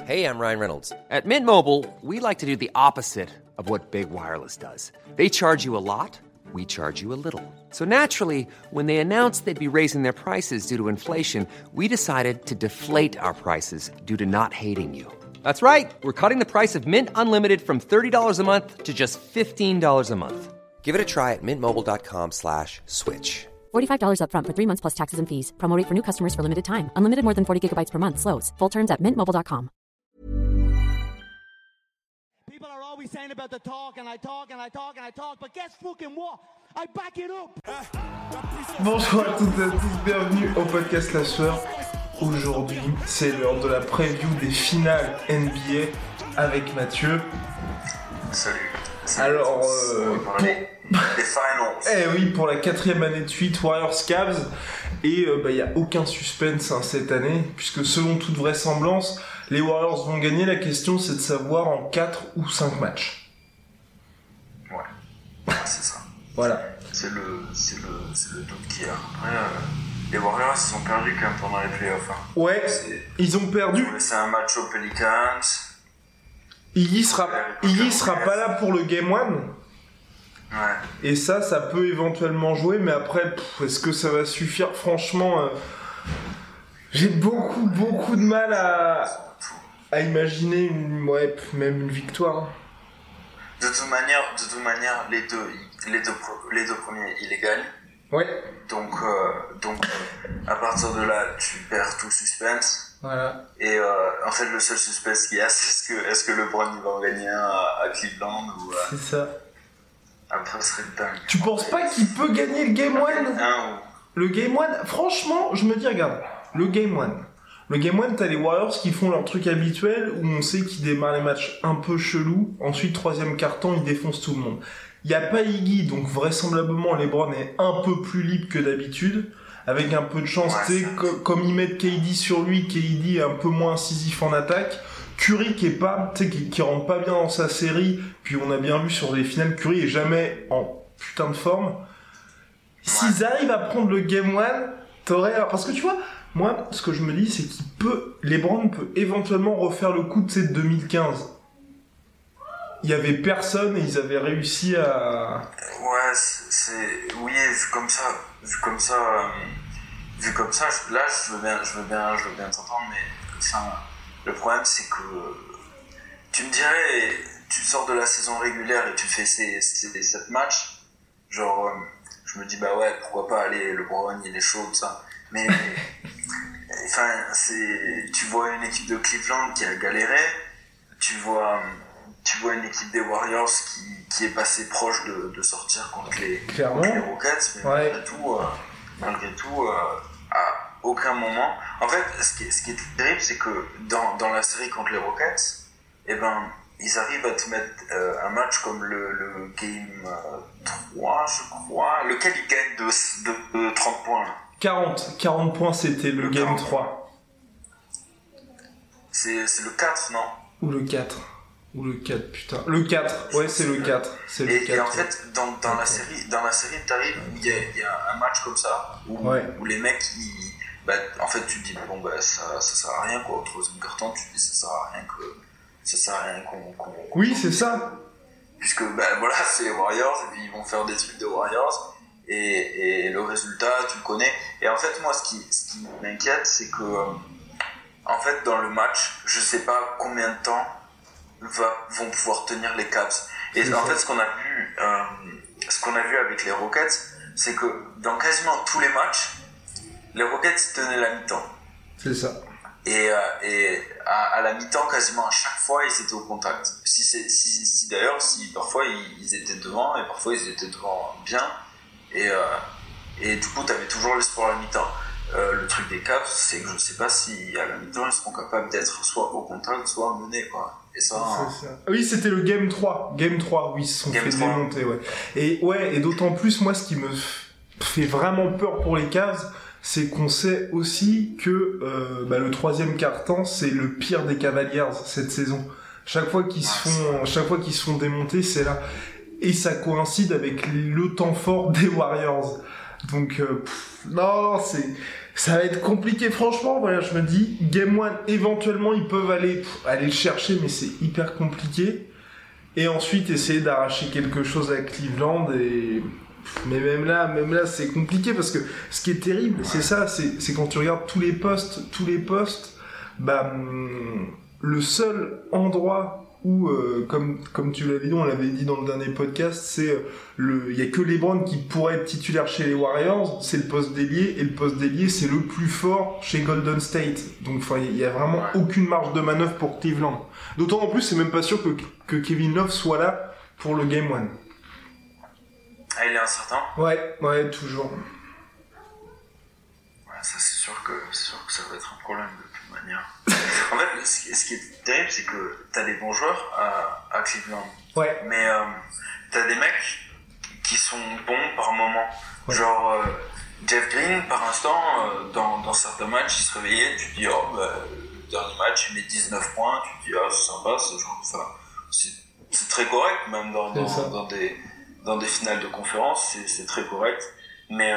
Hey, I'm Ryan Reynolds. At Mint Mobile, we like to do the opposite of what Big Wireless does. They charge you a lot, we charge you a little. So naturally, when they announced they'd be raising their prices due to inflation, we decided to deflate our prices due to not hating you. That's right. We're cutting the price of Mint Unlimited from $30 a month to just $15 a month. Give it a try at mintmobile.com/switch. $45 up front for 3 months plus taxes and fees. Promo rate for new customers for limited time. Unlimited more than 40 gigabytes per month. Slows full terms at mintmobile.com. People are always saying about the talk, and I talk, but guess fucking what? I back it up! Bonjour à toutes et à tous, bienvenue au podcast La Sueur. Aujourd'hui, c'est l'heure de la preview des finales NBA avec Mathieu. Salut. Alors, des finals. Eh oui, pour la 4e année de suite, Warriors-Cavs. Et il n'y a aucun suspense cette année, puisque selon toute vraisemblance, les Warriors vont gagner. La question, c'est de savoir en 4 ou 5 matchs. Ouais, c'est ça. Voilà. C'est le doute qu'il y a. Après, les Warriors, ils ont perdu quand même pendant les playoffs. Hein. Ouais, ils ont perdu. C'est un match aux Pelicans. Iggy sera pas là pour le Game 1. Ouais. Et ça peut éventuellement jouer, mais après, est-ce que ça va suffire? Franchement, j'ai beaucoup de mal à imaginer même une victoire. De toute manière, les deux premiers, ils les gagnent. Ouais. Donc, à partir de là, tu perds tout suspense. Voilà. Et en fait, le seul suspense qu'il y a, c'est est-ce que LeBron il va en gagner un à Cleveland ou c'est ça. Après, ce serait dingue. Tu penses pas qu'il peut gagner le Game 1 Le Game 1, franchement, je me dis, regarde, le Game 1, t'as les Warriors qui font leur truc habituel où on sait qu'ils démarrent les matchs un peu chelous. Ensuite, 3e quart-temps, ils défoncent tout le monde. Il n'y a pas Iggy, donc vraisemblablement, LeBron est un peu plus libre que d'habitude. Avec un peu de chance, comme ils mettent KD sur lui, KD est un peu moins incisif en attaque. Curry qui rentre pas bien dans sa série, puis on a bien vu sur les finales, Curry est jamais en putain de forme. S'ils arrivent à prendre le Game 1, parce que tu vois, moi, ce que je me dis, c'est LeBron peut éventuellement refaire le coup de 2015. Il y avait personne et ils avaient réussi à... Ouais, oui, vu comme ça, là, je veux bien t'entendre, mais le problème, c'est que tu me dirais, tu sors de la saison régulière et tu fais ces 7 matchs, genre, je me dis, bah ouais, pourquoi pas, aller, LeBron, il est chaud, tout ça, mais, enfin, tu vois une équipe de Cleveland qui a galéré, tu vois une équipe des Warriors qui est passée proche de sortir contre les Rockets, mais malgré tout, à aucun moment. En fait, ce qui est terrible, c'est que dans la série contre les Rockets, ils arrivent à te mettre un match comme le Game 3, je crois, lequel ils gagnent de 30 points. Là. 40 points, c'était le Game 3. C'est le 4, non? Ou le 4, putain. Le 4, ouais, c'est le 4. Et en fait, dans la série, t'arrives, il y a un match comme ça, où les mecs, en fait, tu te dis, ça sert à rien, quoi. Au troisième quart-temps, tu te dis, ça sert à rien qu'on oui, c'est ça. Puisque, voilà, c'est les Warriors, et puis ils vont faire des trucs de Warriors, et le résultat, tu le connais. Et en fait, moi, ce qui m'inquiète, c'est que, en fait, dans le match, je sais pas combien de temps vont pouvoir tenir les Cavs. Et en fait, ce qu'on a vu avec les Rockets, c'est que dans quasiment tous les matchs, les Rockets tenaient la mi-temps. C'est ça. Et à la mi-temps, quasiment à chaque fois, ils étaient au contact. D'ailleurs, parfois ils étaient devant et parfois ils étaient devant bien. Et du coup, t'avais toujours l'espoir à la mi-temps. Le truc des Cavs, c'est que je sais pas si à la mi-temps, ils seront capables d'être soit au contact, soit menés, quoi. Et ça, oui, c'était le Game 3. Game 3, oui, ils se sont fait démonter, ouais. Et d'autant plus, moi, ce qui me fait vraiment peur pour les Cavs, c'est qu'on sait aussi que le troisième quart-temps, c'est le pire des Cavaliers cette saison. Chaque fois qu'ils se font démonter, c'est là. Et ça coïncide avec le temps fort des Warriors. Donc, non, Ça va être compliqué, franchement. Voilà, je me dis, Game 1, éventuellement, ils peuvent aller le chercher, mais c'est hyper compliqué. Et ensuite, essayer d'arracher quelque chose à Cleveland. Mais même là, c'est compliqué parce que ce qui est terrible, c'est ça, c'est quand tu regardes tous les postes, le seul endroit où, comme tu l'avais dit, on l'avait dit dans le dernier podcast, c'est il y a que LeBron qui pourrait être titulaire chez les Warriors, c'est le poste d'ailier, et le poste d'ailier c'est le plus fort chez Golden State. Donc il y a vraiment aucune marge de manœuvre pour Cleveland. D'autant en plus, c'est même pas sûr que Kevin Love soit là pour le Game 1. Ah, il est incertain? Ouais, toujours. Ouais, ça c'est sûr que ça va être un problème de toute manière. En fait, ce qui est terrible, c'est que t'as des bons joueurs à Cleveland. Ouais. Mais t'as des mecs qui sont bons par moment. Ouais. Genre Jeff Green, par instant, dans certains matchs, il se réveillait, tu te dis, le dernier match, il met 19 points, tu te dis, c'est sympa, c'est très correct, même dans des finales de conférence, c'est très correct. Mais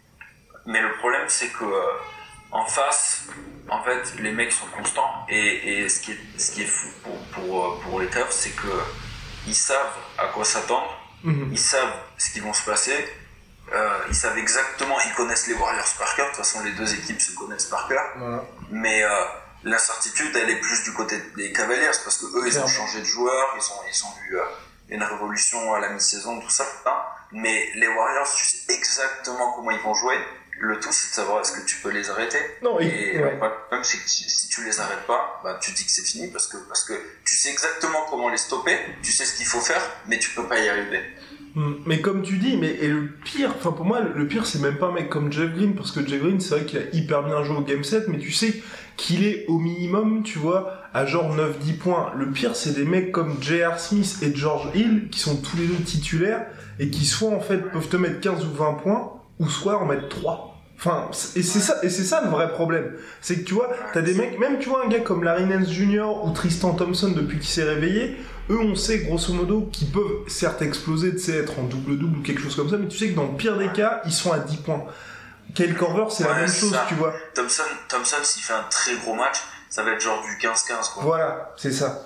le problème, c'est que en face, en fait, les mecs sont constants. Et ce qui est fou pour les Cavs, c'est que ils savent à quoi s'attendre. Mm-hmm. Ils savent ce qui va se passer. Ils savent exactement, ils connaissent les Warriors par cœur. De toute façon, les deux équipes se connaissent par cœur. Voilà. Mais l'incertitude, elle est plus du côté des Cavaliers parce que eux, ils ont changé de joueurs. Ils ont eu une révolution à la mi-saison, tout ça. Mais les Warriors, tu sais exactement comment ils vont jouer. Le tout, c'est de savoir est-ce que tu peux les arrêter. Non, et le problème, c'est que si tu les arrêtes pas, tu dis que c'est fini parce que tu sais exactement comment les stopper, tu sais ce qu'il faut faire, mais tu peux pas y arriver. Mais comme tu dis, et le pire, pour moi, le pire, c'est même pas un mec comme Jeff Green, parce que Jeff Green, c'est vrai qu'il a hyper bien joué au Game 7, mais tu sais qu'il est au minimum, tu vois, à genre 9-10 points. Le pire, c'est des mecs comme J.R. Smith et George Hill, qui sont tous les deux titulaires, et qui soit, en fait, peuvent te mettre 15 ou 20 points, ou soit en mettre 3. Enfin, et c'est ça le vrai problème. C'est que tu vois, t'as des mecs, même tu vois un gars comme Larry Nance Jr. ou Tristan Thompson depuis qu'il s'est réveillé, eux on sait grosso modo qu'ils peuvent certes exploser, tu sais, être en double-double ou quelque chose comme ça, mais tu sais que dans le pire des cas, ils sont à 10 points. Kyle Korver, c'est la même chose, tu vois. Thompson, s'il fait un très gros match, ça va être genre du 15-15, quoi. Voilà, c'est ça.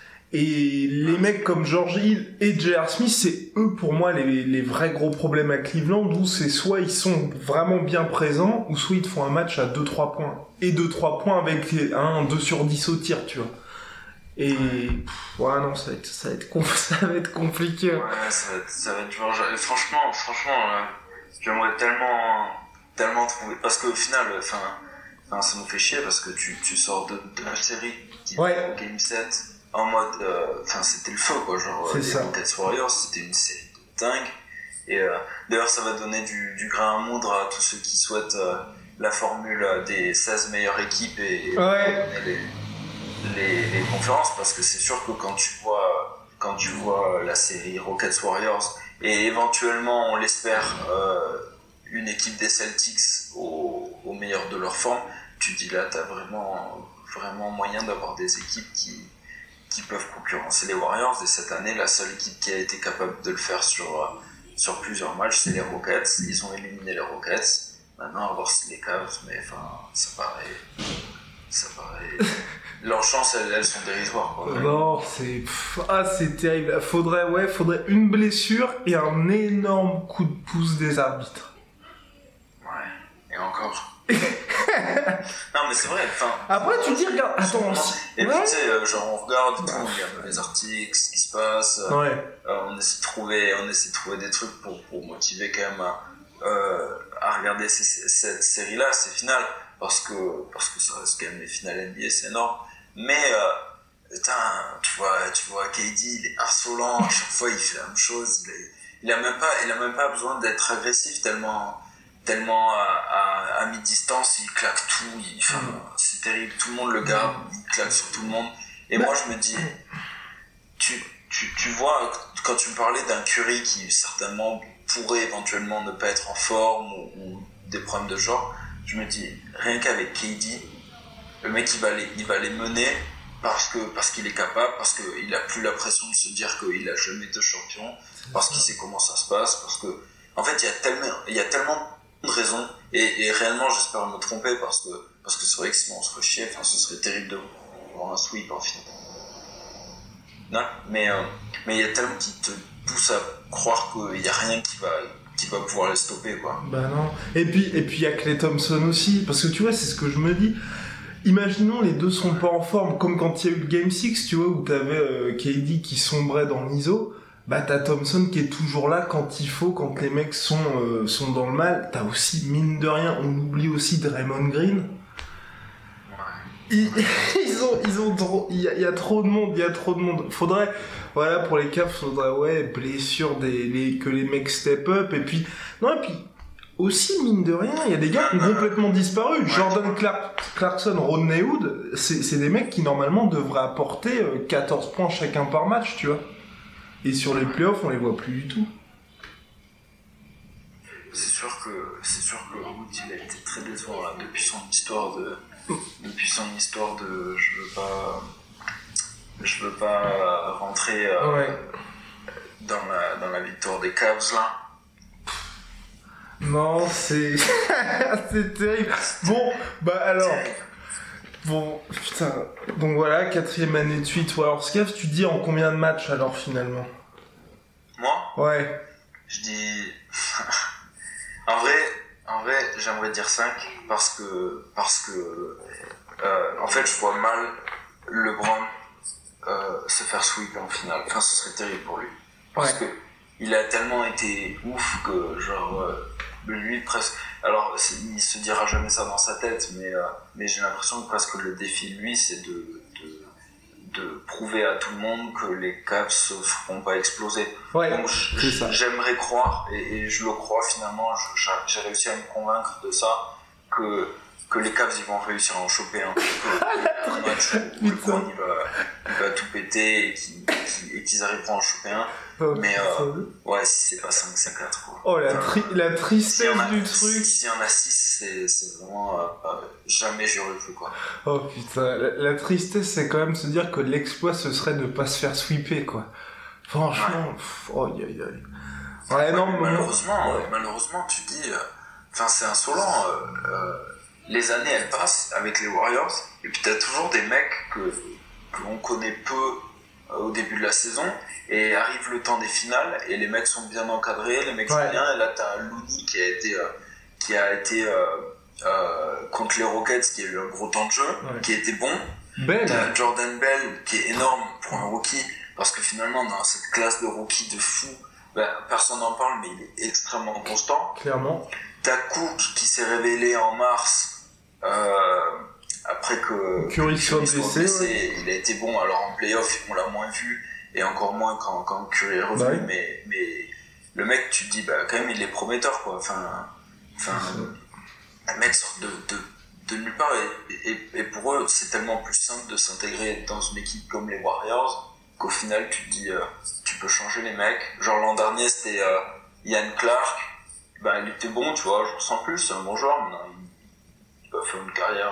Et les mecs comme George Hill et J.R. Smith, c'est eux pour moi les vrais gros problèmes à Cleveland, où c'est soit ils sont vraiment bien présents, ou soit ils te font un match à 2-3 points. Et 2-3 points avec un 2 sur 10 au tir, tu vois. Et non, ça va être compliqué. Ouais, ça va être genre, franchement, j'aimerais tellement trouver, parce qu'au final, ça me fait chier parce que tu sors de la série type Game 7 en mode, c'était le feu, quoi, genre les Rockets Warriors, c'était une série de dingue. Et d'ailleurs, ça va donner du grain à moudre à tous ceux qui souhaitent la formule des 16 meilleures équipes et les conférences, parce que c'est sûr que quand tu vois la série Rockets Warriors et éventuellement, on l'espère, une équipe des Celtics au meilleur de leur forme, tu dis là, t'as vraiment moyen d'avoir des équipes qui peuvent concurrencer les Warriors. Et cette année, la seule équipe qui a été capable de le faire sur plusieurs matchs, c'est les Rockets. Ils ont éliminé les Rockets. Maintenant, à voir si les Cavs, mais ça paraît leurs chances, elles sont dérisoires, quoi. Non, c'est terrible. Faudrait une blessure et un énorme coup de pouce des arbitres. Ouais, et encore. Non, mais c'est vrai. Après, tu dis, regarde, attends. Et puis, tu sais, genre, on regarde, on regarde les articles, ce qui se passe. On essaie de trouver des trucs pour motiver quand même à regarder cette série-là, ces finales. Parce que ça reste quand même les finales NBA, c'est énorme. Mais, tu vois, KD, il est insolent. À chaque fois, il fait la même chose. Il a même pas besoin d'être agressif tellement à mi-distance, il claque tout, c'est terrible, tout le monde le garde, il claque sur tout le monde. Et moi je me dis, tu vois, quand tu me parlais d'un Curry qui certainement pourrait éventuellement ne pas être en forme ou des problèmes de genre, je me dis, rien qu'avec KD, le mec il va les mener parce qu'il est capable, parce qu'il a plus la pression de se dire qu'il a jamais été champion, parce qu'il sait comment ça se passe, parce que en fait il y a tellement de raison. Et réellement, j'espère me tromper parce que c'est vrai que sinon on se ferait chier. Enfin, ce serait terrible de voir un sweep en final. Non, mais il y a tellement qui te pousse à croire qu'il y a rien qui va pouvoir les stopper, quoi. Bah non. Et puis il y a Klay Thompson aussi, parce que tu vois, c'est ce que je me dis. Imaginons les deux sont pas en forme, comme quand il y a eu le Game 6, tu vois, où t'avais KD qui sombrait dans l'ISO. Bah t'as Thompson qui est toujours là quand il faut, quand les mecs sont dans le mal. T'as aussi, mine de rien, on oublie aussi Draymond Green. Il y a trop de monde. Faudrait, voilà, pour les Cavs, faudrait, blessure que les mecs step up, et puis aussi, mine de rien, il y a des gars qui ont complètement disparu. Ouais. Jordan Clarkson, Rodney Hood, c'est des mecs qui normalement devraient apporter 14 points chacun par match, tu vois. Et sur les playoffs, on les voit plus du tout. C'est sûr que Hood, il a été très décevant là, depuis son histoire de je veux pas rentrer dans la victoire des Cavs là. Non, c'est c'est terrible. Bon, bah alors. Bon, putain. Donc voilà, 4e année de suite Warriors Cavs, tu dis en combien de matchs alors finalement? Moi? Ouais. Je dis en vrai, j'aimerais dire 5 parce que en fait, je vois mal LeBron se faire sweep en finale. Enfin, ce serait terrible pour lui. Parce que il a tellement été ouf que genre lui presque. Alors il se dira jamais ça dans sa tête, mais j'ai l'impression que presque le défi lui c'est de prouver à tout le monde que les Cavs se feront pas exploser. Ouais, donc j'aimerais croire et je le crois finalement. J'ai réussi à me convaincre de ça que les Cavs ils vont réussir à en choper un match où LeBron il va tout péter et qu'ils arriveront à en choper un. Mais ouais, si c'est pas 5, c'est 4 quoi. Oh la tristesse du truc. S'il y en a 6, c'est vraiment jamais j'y aurais cru quoi. Oh putain, la tristesse c'est quand même se dire que l'exploit ce serait de pas se faire sweeper quoi. Franchement, ouais, non, malheureusement tu dis enfin c'est insolent les années elles passent avec les Warriors et puis t'as toujours des mecs que l'on connaît peu au début de la saison et arrive le temps des finales et les mecs sont bien encadrés, les mecs sont bien et là t'as un Looney qui a été contre les Rockets qui a eu un gros temps de jeu, qui était bon. T'as Jordan Bell qui est énorme pour un rookie parce que finalement dans cette classe de rookie de fou personne n'en parle mais il est extrêmement constant. Clairement. T'as Cook qui s'est révélé en mars après que Curry soit blessé. Il a été bon alors en playoff on l'a moins vu et encore moins quand Curry est revenu mais le mec tu te dis quand même il est prometteur quoi enfin un mec sort de nulle part et pour eux c'est tellement plus simple de s'intégrer dans une équipe comme les Warriors qu'au final tu te dis tu peux changer les mecs genre l'an dernier c'était Ian Clark il était bon tu vois je ressens plus c'est un bon joueur maintenant il va faire une carrière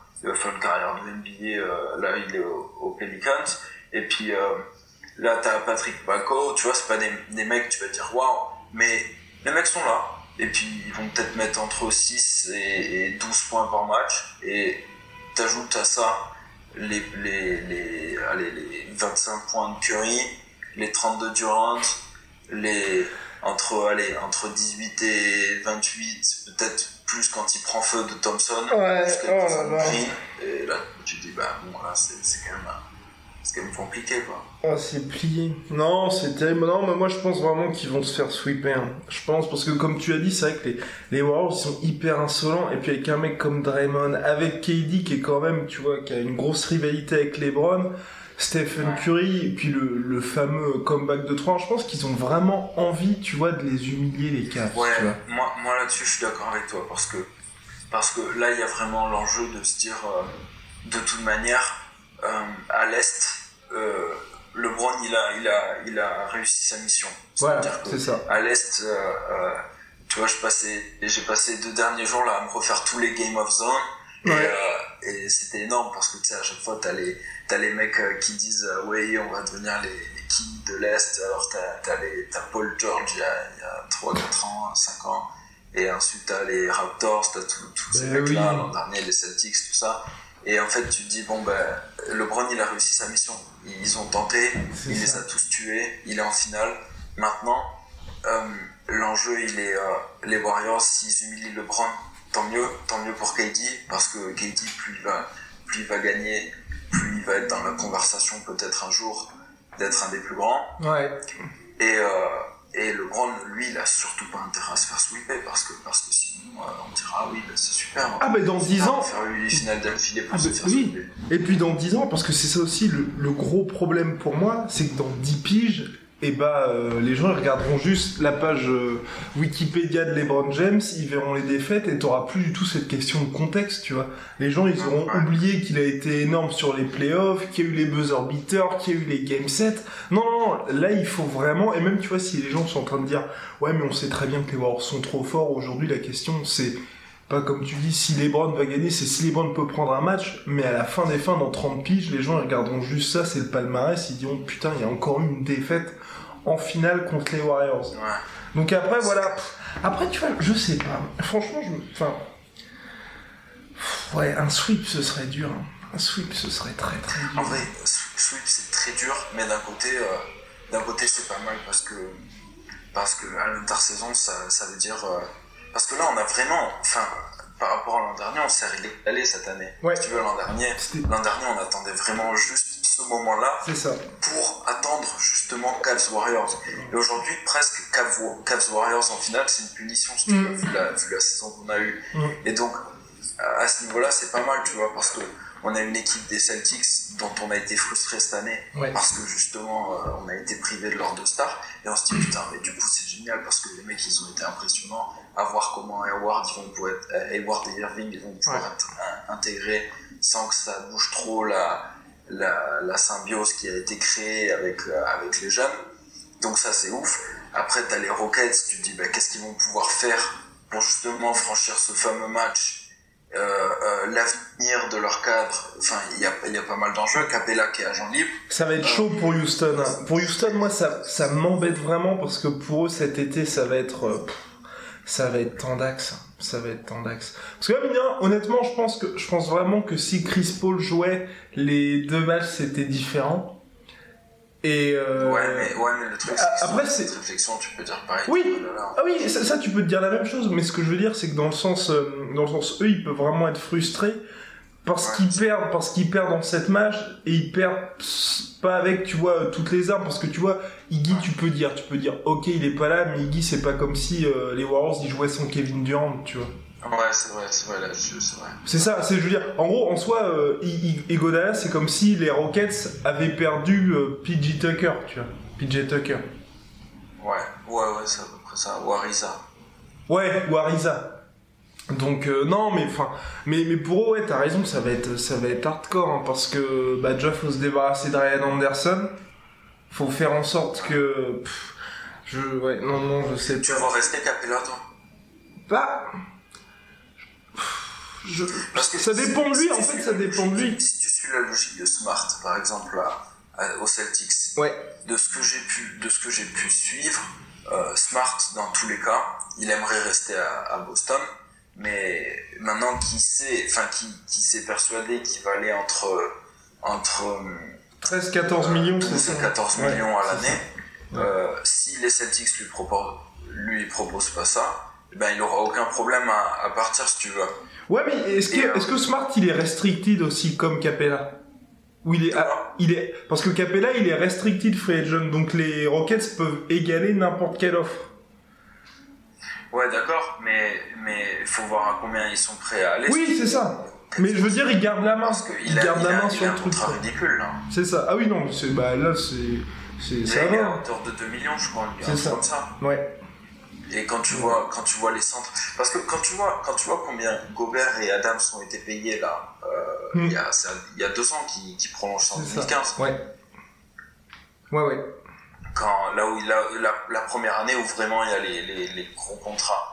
de NBA là il est aux Pelicans et puis là t'as Patrick Bako tu vois c'est pas des mecs tu vas te dire waouh mais les mecs sont là et puis ils vont peut-être mettre entre 6 et 12 points par match et t'ajoutes à ça les 25 points de Curry les 32 Durant entre 18 et 28 peut-être plus quand il prend feu de Thompson Green et là tu te dis là c'est quand même compliqué quoi. Oh c'est plié. Non c'est terrible. Non mais moi je pense vraiment qu'ils vont se faire sweeper hein. Je pense parce que comme tu as dit c'est vrai que les Warriors ils sont hyper insolents et puis avec un mec comme Draymond avec KD qui est quand même tu vois qui a une grosse rivalité avec LeBron Stephen Curry et puis le fameux comeback de 3 je pense qu'ils ont vraiment envie tu vois de les humilier les Cavs tu vois. Moi là-dessus je suis d'accord avec toi parce que là il y a vraiment l'enjeu de se dire de toute manière à l'Est LeBron il a réussi sa mission c'est-à-dire que c'est ça. À l'Est tu vois j'ai passé 2 derniers jours là à me refaire tous les Game of Zone et c'était énorme parce que tu sais à chaque fois t'as les mecs qui disent oui on va devenir les Kings de l'Est alors t'as Paul George il y a 3-4 ans 5 ans Et ensuite, t'as les Raptors, t'as tous ces mecs-là, l'an dernier, les Celtics, tout ça. Et en fait, tu te dis, LeBron, il a réussi sa mission. Ils ont tenté, il les a tous tués, il est en finale. Maintenant, l'enjeu, il est les Warriors, s'ils humilient LeBron, tant mieux pour KD, parce que KD, plus il va gagner, plus il va être dans la conversation peut-être un jour d'être un des plus grands. Ouais. Et LeBron, lui, il a surtout pas intérêt à se faire sweeper parce que sinon on dira oui, c'est super. Dans 10 ans. Faire les finales d'affilée pour se faire sweeper. Et puis dans 10 ans, parce que c'est ça aussi le gros problème pour moi, c'est que dans 10 piges, les gens ils regarderont juste la page Wikipédia de LeBron James, ils verront les défaites et t'auras plus du tout cette question de contexte, tu vois. Les gens ils auront oublié qu'il a été énorme sur les playoffs, qu'il y a eu les buzzer beaters, qu'il y a eu les game sets. Non, là il faut vraiment, et même tu vois si les gens sont en train de dire ouais mais on sait très bien que les Warriors sont trop forts, aujourd'hui la question c'est pas comme tu dis si LeBron va gagner, c'est si LeBron peut prendre un match, mais à la fin des fins dans 30 piges, les gens ils regarderont juste ça, c'est le palmarès, ils diront putain il y a encore eu une défaite en finale contre les Warriors. Ouais. Donc après, voilà. Après, tu vois, je sais pas. Franchement, ouais, un sweep, ce serait dur. Hein. Un sweep, ce serait très, très dur. En vrai, sweep, c'est très dur, mais d'un côté, c'est pas mal parce que à l'intersaison, ça veut dire... parce que là, on a vraiment... par rapport à l'an dernier, on s'est régalé cette année. Ouais. Si tu veux, l'an dernier, on attendait vraiment juste ce moment-là pour attendre justement Cavs Warriors. Et aujourd'hui, presque Cavs Warriors en finale, c'est une punition si tu veux, vu la saison qu'on a eue. Et donc, à ce niveau-là, c'est pas mal, tu vois, parce que on a une équipe des Celtics dont on a été frustré cette année parce que justement on a été privé de leurs deux stars et on se dit putain mais du coup c'est génial parce que les mecs ils ont été impressionnants à voir comment Hayward et Irving ils vont pouvoir être intégrés sans que ça bouge trop la symbiose qui a été créée avec les jeunes, donc ça c'est ouf. Après t'as les Rockets, tu te dis qu'est-ce qu'ils vont pouvoir faire pour justement franchir ce fameux match, l'avenir de leur cadre. Enfin il y a pas mal d'enjeux. Capella qui est agent libre, ça va être chaud pour Houston. Pour Houston, moi ça m'embête vraiment parce que pour eux cet été ça va être tendax. Ça va être tendax. Parce que là, honnêtement, je pense vraiment que si Chris Paul jouait, les deux matchs c'était différent. Et ouais, mais le truc, c'est après cette réflexion, tu peux dire pareil. Oui, oui, ça tu peux te dire la même chose, mais ce que je veux dire, c'est que dans le sens, eux, ils peuvent vraiment être frustrés parce qu'ils perdent dans cette match et ils perdent pas avec, tu vois, toutes les armes, parce que tu vois, Iggy, tu peux dire, ok, il est pas là, mais Iggy, c'est pas comme si les Warriors ils jouaient sans Kevin Durant, tu vois. Ouais, c'est vrai là-dessus, c'est vrai. C'est ça, je veux dire, en gros, en soi, Iguodala, c'est comme si les Rockets avaient perdu PJ Tucker, tu vois. PJ Tucker. Ouais, c'est à peu près ça, ou Ariza. Ouais, ou Ariza. Donc, non, mais pour eux, ouais, t'as raison, ça va être hardcore, hein, parce que, déjà, faut se débarrasser de Ryan Anderson, faut faire en sorte que, je sais pas. Tu vas rester Capella, toi? Parce que ça dépend de lui, en fait, ça dépend de lui. Si tu suis la logique de Smart, par exemple, aux Celtics, de ce que j'ai pu suivre, Smart, dans tous les cas, il aimerait rester à Boston, mais maintenant qui s'est persuadé qu'il va aller entre 13-14 millions, c'est ça. 14 millions à l'année, si les Celtics lui proposent pas ça, il aura aucun problème à partir si tu veux. Ouais, mais est-ce que Smart il est restricted aussi comme Capella? Ou il est parce que Capella il est restricted free agent, donc les Rockets peuvent égaler n'importe quelle offre. Ouais, d'accord, mais faut voir à combien ils sont prêts à aller. Oui, c'est ça. Mais je veux dire, il garde la main. Il garde la main sur le truc. C'est un contrat ridicule là. C'est ça. Ah oui, non, là c'est ça va. Il est à hauteur de 2 millions, je crois. C'est ça. Comme ça. Ouais. Et quand tu vois les centres, parce que quand tu vois combien Gobert et Adams ont été payés là, il y a 2 ans qui prolongent en 2015. Ouais. Là où la première année où vraiment il y a les gros contrats.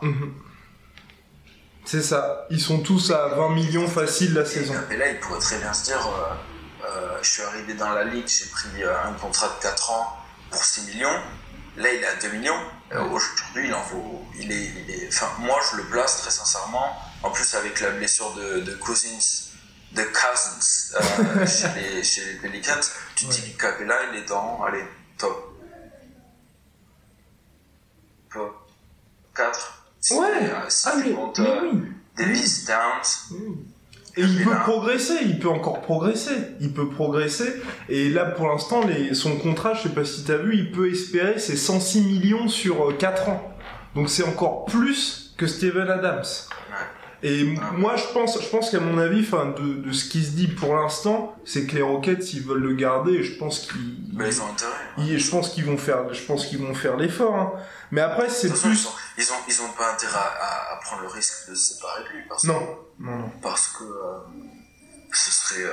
C'est ça. Ils sont tous à 20 millions facile la saison. Et là, il pourrait très bien se dire, je suis arrivé dans la ligue, j'ai pris un contrat de 4 ans pour 6 millions. Là, il est à 2 millions. Aujourd'hui, enfin, moi, je le place très sincèrement. En plus, avec la blessure de Cousins chez les Pelicans, tu te dis que Capella, il est dans, allez, top 4. Si tu comptes Davis, Towns. Et il peut progresser, il peut encore progresser. Et là, pour l'instant, son contrat, je sais pas si t'as vu, il peut espérer c'est 106 millions sur 4 ans. Donc c'est encore plus que Steven Adams. Et moi, je pense qu'à mon avis, de ce qui se dit pour l'instant, c'est que les Rockets, ils veulent le garder. Et je pense qu'ils, ils ont intérêt. Je pense qu'ils vont faire l'effort. Hein. Mais après, c'est plus. Ils ont pas intérêt à prendre le risque de se séparer de lui. Non. Parce que ce serait.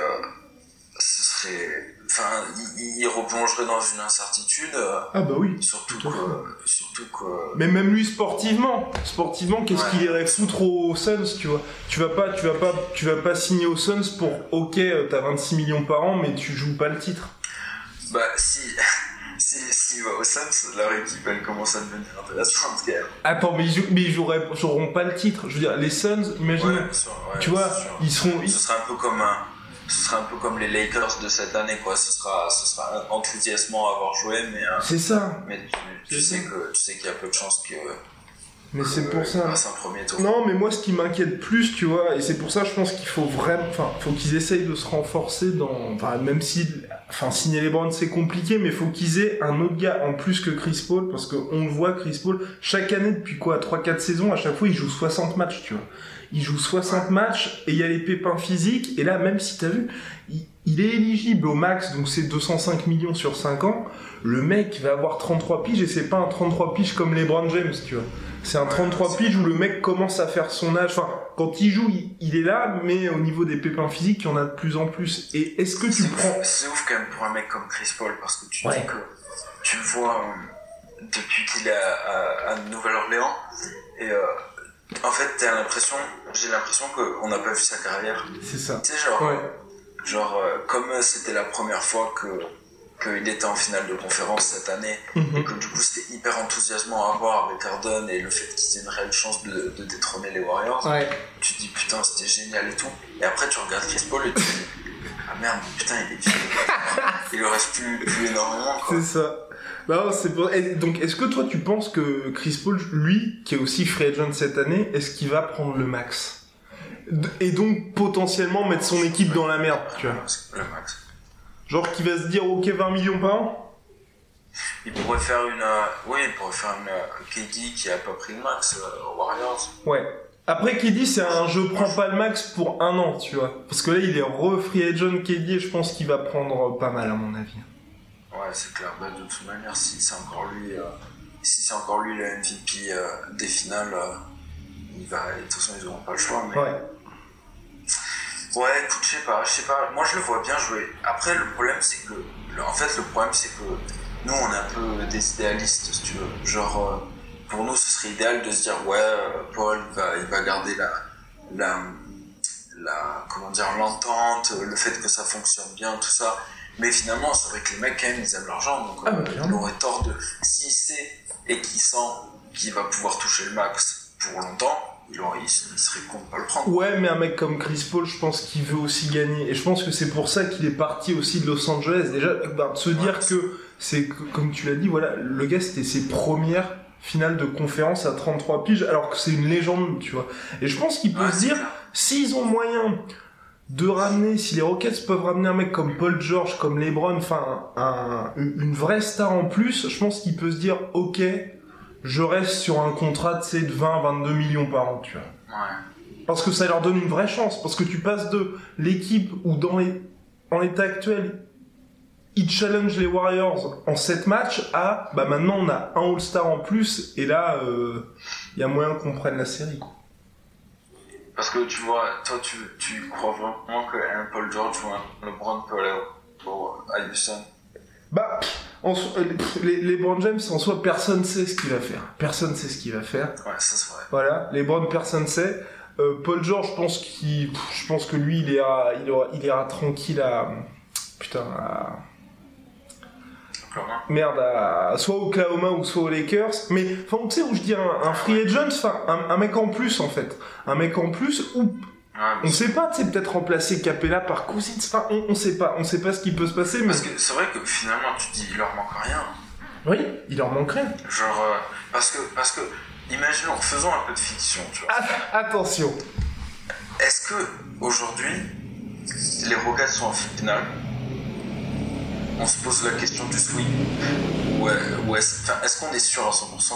Enfin, il replongerait dans une incertitude. Ah bah oui. Surtout que. Mais même lui sportivement, qu'est-ce qu'il irait foutre aux Suns, tu vois. Tu vas pas signer aux Suns pour t'as 26 millions par an, mais tu joues pas le titre. Bah s'il va aux Suns, leur équipe elle commence à devenir intéressante quand même. Attends, mais ils joueront pas le titre. Je veux dire, les Suns, imagine, tu vois, ils seront. Ce serait un peu comme les Lakers de cette année, quoi. Ce sera enthousiasmant à avoir joué, mais. C'est ça. Mais tu sais qu'il y a peu de chances que. Mais c'est pour ça. Passe un premier tour. Non, mais moi, ce qui m'inquiète plus, tu vois, et c'est pour ça, je pense qu'il faut vraiment, faut qu'ils essayent de se renforcer même si, signer LeBron, c'est compliqué, mais faut qu'ils aient un autre gars en plus que Chris Paul, parce qu'on le voit, Chris Paul, chaque année, depuis 3-4 saisons, à chaque fois, il joue 60 matchs, tu vois. Il joue 60 matchs, et il y a les pépins physiques, et là, même si t'as vu, il est éligible au max, donc c'est 205 millions sur 5 ans, le mec va avoir 33 piges, et c'est pas un 33 piges comme LeBron James, tu vois. C'est un 33 piges où le mec commence à faire son âge. Enfin, quand il joue, il est là, mais au niveau des pépins physiques, il y en a de plus en plus. Et est-ce que tu prends... C'est ouf quand même pour un mec comme Chris Paul, parce que tu dis que tu le vois depuis qu'il est à Nouvelle-Orléans, et en fait, j'ai l'impression qu'on n'a pas vu sa carrière. C'est ça. Tu sais, comme c'était la première fois qu'il était en finale de conférence cette année, et que du coup c'était hyper enthousiasmant à voir avec Harden et le fait qu'ils aient une réelle chance de détrôner les Warriors, tu te dis putain c'était génial et tout, et après tu regardes Chris Paul et tu te dis ah merde putain il est vieux, il lui reste plus énormément quoi. C'est ça. Bah, donc est-ce que toi tu penses que Chris Paul, lui qui est aussi free agent cette année, est-ce qu'il va prendre le max et donc potentiellement mettre son équipe dans la merde, tu vois? Le max. Genre qui va se dire ok 20 millions par an. Il pourrait faire une KD qui a pas pris le max aux Warriors. Ouais. Après KD c'est un je prends pas le max pour un an, tu vois. Parce que là il est free agent KD et je pense qu'il va prendre pas mal à mon avis. Ouais c'est clair. Bah, de toute manière si c'est encore lui le MVP des finales, de toute façon ils auront pas le choix. Mais... Ouais, écoute, je sais pas. Moi, je le vois bien jouer. Après, le problème, c'est que nous, on est un peu des idéalistes, si tu veux. Genre, pour nous, ce serait idéal de se dire, Paul, il va garder l'entente, le fait que ça fonctionne bien, tout ça. Mais finalement, c'est vrai que les mecs, quand même, ils aiment l'argent. Donc, il aurait tort s'il sait et qu'il sent qu'il va pouvoir toucher le max pour longtemps, il serait con de pas le prendre. Ouais, mais un mec comme Chris Paul, je pense qu'il veut aussi gagner. Et je pense que c'est pour ça qu'il est parti aussi de Los Angeles. Déjà, de se dire que c'est, comme tu l'as dit, voilà, le gars, c'était ses premières finales de conférence à 33 piges, alors que c'est une légende, tu vois. Et je pense qu'il peut se dire, s'ils ont moyen de ramener, si les Rockets peuvent ramener un mec comme Paul George, comme LeBron, une vraie star en plus, je pense qu'il peut se dire, ok, je reste sur un contrat de 20-22 millions par an, tu vois. Ouais. Parce que ça leur donne une vraie chance. Parce que tu passes de l'équipe où, en l'état actuel, ils challenge les Warriors en 7 matchs à, maintenant on a un All-Star en plus, et là, y a moyen qu'on prenne la série, quoi. Parce que tu vois, toi, tu crois vraiment qu'un Paul George ou un LeBron peut aller à Houston? Les LeBron James, en soi, personne sait ce qu'il va faire. Personne sait ce qu'il va faire. Ouais, ça c'est vrai. Voilà, LeBron, personne sait. Paul George, je pense que lui, il ira tranquille à... Putain, à... soit Oklahoma ou soit aux Lakers, mais enfin tu sais où je dis un free agent, enfin un mec en plus en fait, un mec en plus ou on sait pas, tu sais, peut-être remplacer Capella par Cousins, enfin on sait pas ce qui peut se passer, mais parce que c'est vrai que finalement tu dis il leur manque rien. Oui, il leur manque rien. Genre parce que imaginons, faisons un peu de fiction, tu vois. Attention. Est-ce que aujourd'hui les Rockets sont en finale? On se pose la question du sweep. Est-ce qu'on est sûr à 100%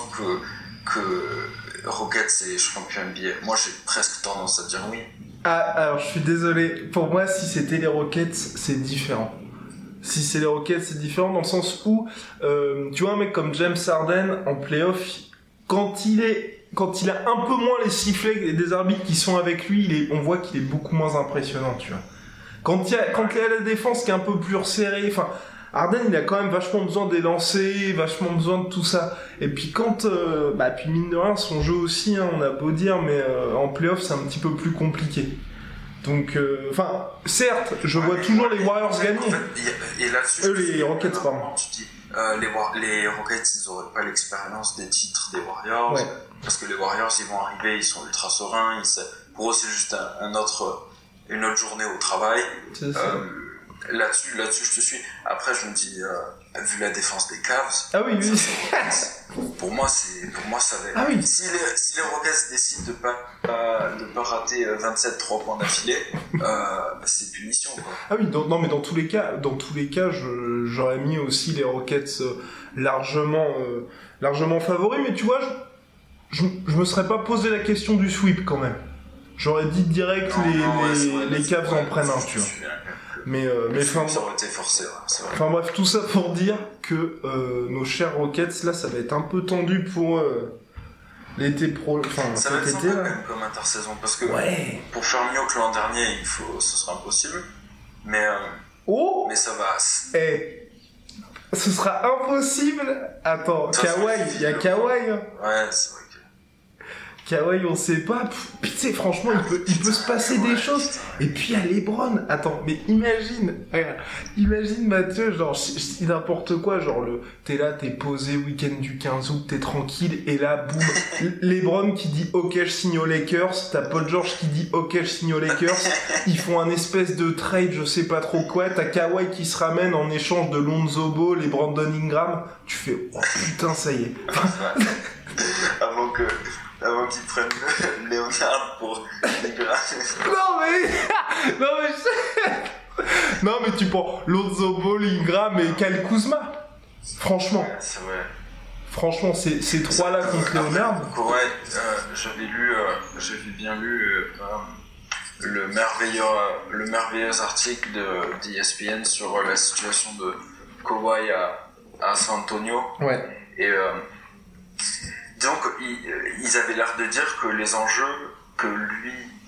que Rockets est champion NBA? Moi, j'ai presque tendance à dire oui. Alors, je suis désolé. Pour moi, si c'était les Rockets, c'est différent. Si c'est les Rockets, c'est différent dans le sens où, tu vois, un mec comme James Harden, en playoff, quand il a un peu moins les sifflets des arbitres qui sont avec lui, on voit qu'il est beaucoup moins impressionnant, tu vois. Quand il y a la défense qui est un peu plus resserrée, enfin, Harden, il a quand même vachement besoin des lancers, vachement besoin de tout ça. Et puis puis mine de rien, son jeu aussi, hein, on a beau dire, mais en playoff, c'est un petit peu plus compliqué. Donc, certes, je vois toujours les Warriors gagner. En fait, et là-dessus, les Rockets, pardon. Tu dis, les Rockets, ils auraient pas l'expérience des titres des Warriors. Ouais. Parce que les Warriors, ils vont arriver, ils sont ultra sereins. Pour eux, c'est juste une autre journée au travail. C'est ça. Là-dessus, je te suis. Après, je me dis, vu la défense des Cavs. Ah oui. Pour moi, ça va. Ah oui. Si les Rockets décident de pas rater 27 3 points d'affilée, c'est punition, quoi. Ah oui, mais dans tous les cas, j'aurais mis aussi les Rockets largement favoris. Mais tu vois, je me serais pas posé la question du sweep quand même. J'aurais dit direct les Cavs en prennent un, tu vois. Mais ça aurait été forcé, c'est vrai. Enfin bref, tout ça pour dire que nos chers Rockets, là, ça va être un peu tendu pour l'été ça va être cet été, sympa là. quand même comme intersaison, parce que pour faire mieux que l'an dernier, ce sera impossible. Mais ça va. Ce sera impossible. Attends, Kawhi, il y a Kawhi. Hein. Ouais, c'est vrai. Kawhi, on sait pas. Puis tu sais, franchement, il peut se passer des choses. Et puis il y a LeBron. Attends, mais imagine Mathieu, genre n'importe quoi, genre t'es là, t'es posé week-end du 15 août, t'es tranquille, et là, boum, LeBron qui dit ok, je signe aux Lakers. T'as Paul George qui dit ok, je signe aux Lakers. Ils font un espèce de trade, je sais pas trop quoi. T'as Kawhi qui se ramène en échange de Lonzo Ball et Brandon Ingram. Tu fais oh putain, ça y est. Avant qu'ils prennent Léonard pour Ingram. Non mais tu prends Lonzo Ball, Ingram et Kyle Kuzma. Franchement. Ouais, c'est vrai. Franchement, ces trois-là contre Léonard. Ouais, j'avais bien lu le merveilleux article d'ESPN sur la situation de Kawhi à San Antonio. Ouais. Et donc, ils avaient l'air de dire que les enjeux que lui,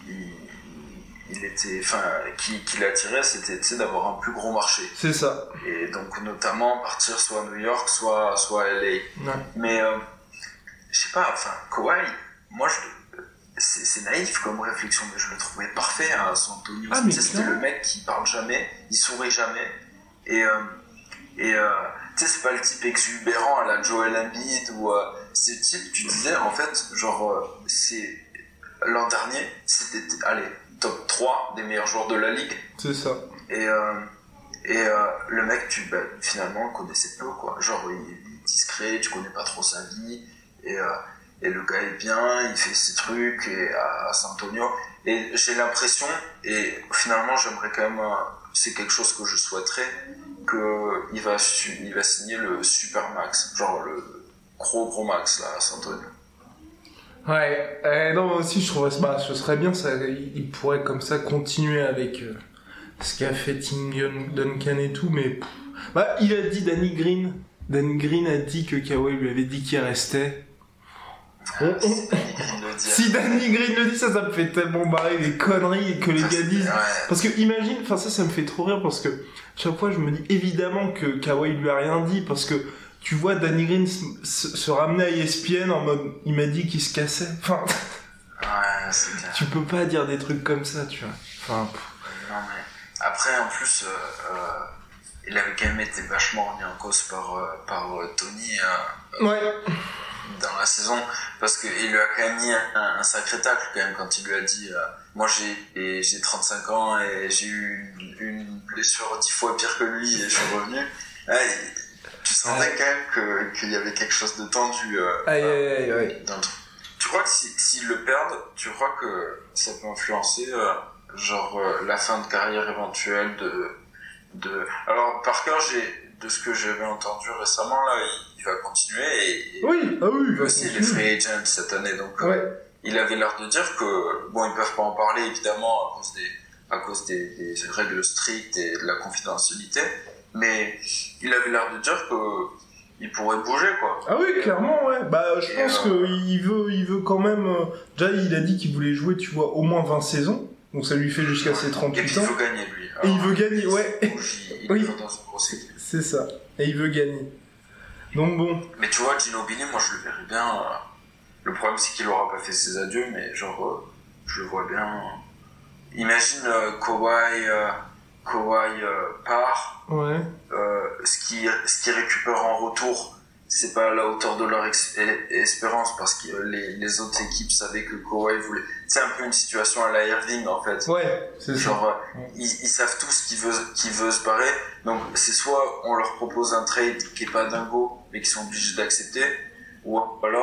qu'il attirait, c'était d'avoir un plus gros marché. C'est ça. Et donc, notamment, partir soit à New York, soit à LA. Ouais. Mais, je sais pas, Kawhi, moi, c'est naïf comme réflexion, mais je le trouvais parfait à San Antonio. Ah, mais c'était le mec qui parle jamais, il sourit jamais. Et tu sais, c'est pas le type exubérant à la Joel Embiid ou ce type, tu disais, en fait, genre, c'est l'an dernier, c'était, top 3 des meilleurs joueurs de la ligue. C'est ça. Et le mec, finalement, le connaissais peu, quoi. Genre, il est discret, tu connais pas trop sa vie, et le gars est bien, il fait ses trucs, et à San Antonio. Et j'ai l'impression, et finalement, j'aimerais quand même, c'est quelque chose que je souhaiterais, qu'il va signer le super max, genre le gros max là à San Antonio. Ouais, non, moi aussi je trouverais ce serait bien, ça, il pourrait comme ça continuer avec ce qu'a fait Tim Duncan et tout, mais il a dit Danny Green a dit que Kawhi lui avait dit qu'il restait. Si Danny Green le dit, ça me fait tellement barrer les conneries que les gars disent. Parce que imagine, ça me fait trop rire parce que chaque fois je me dis évidemment que Kawhi lui a rien dit parce que tu vois Danny Green se ramener à ESPN en mode il m'a dit qu'il se cassait. Ouais, c'est clair. Tu peux pas dire des trucs comme ça, tu vois. Non mais après en plus il avait quand même été vachement remis en cause par Tony Ouais. dans la saison, parce qu'il lui a quand même mis un sacré tacle quand même quand il lui a dit moi j'ai 35 ans et j'ai eu une blessure 10 fois pire que lui et je suis revenu. Tu sentais quand même qu'il y avait quelque chose de tendu Aïe. dans le truc. Tu crois que s'ils le perdent, tu crois que ça peut influencer la fin de carrière éventuelle de... Alors Parker, de ce que j'avais entendu récemment là, il va continuer et Oui, il va aussi les free agents cette année, donc il avait l'air de dire que bon, ils peuvent pas en parler évidemment à cause des règles strictes et de la confidentialité, mais il avait l'air de dire que il pourrait bouger quoi. Ah oui, clairement, ouais. Bah, je pense qu'il veut quand même. Déjà, il a dit qu'il voulait jouer, tu vois, au moins 20 saisons. Donc ça lui fait jusqu'à ses 38 ans. Et puis il veut gagner lui. Et il veut gagner, ouais. Il oui. est dans une grosse équipe. C'est ça. Et il veut gagner. Donc bon. Mais tu vois, Ginobili, moi je le verrais bien. Le problème c'est qu'il aura pas fait ses adieux, mais je le vois bien. Imagine Kawhi part. Ouais. Ce qui récupère en retour, c'est pas à la hauteur de leur espérance, parce que les autres équipes savaient que Kawhi voulait. C'est un peu une situation à la Irving en fait. Ouais, c'est ça. Ils savent tous qu'il veut se barrer, donc c'est soit on leur propose un trade qui est pas dingo, mais qu'ils sont obligés d'accepter, ou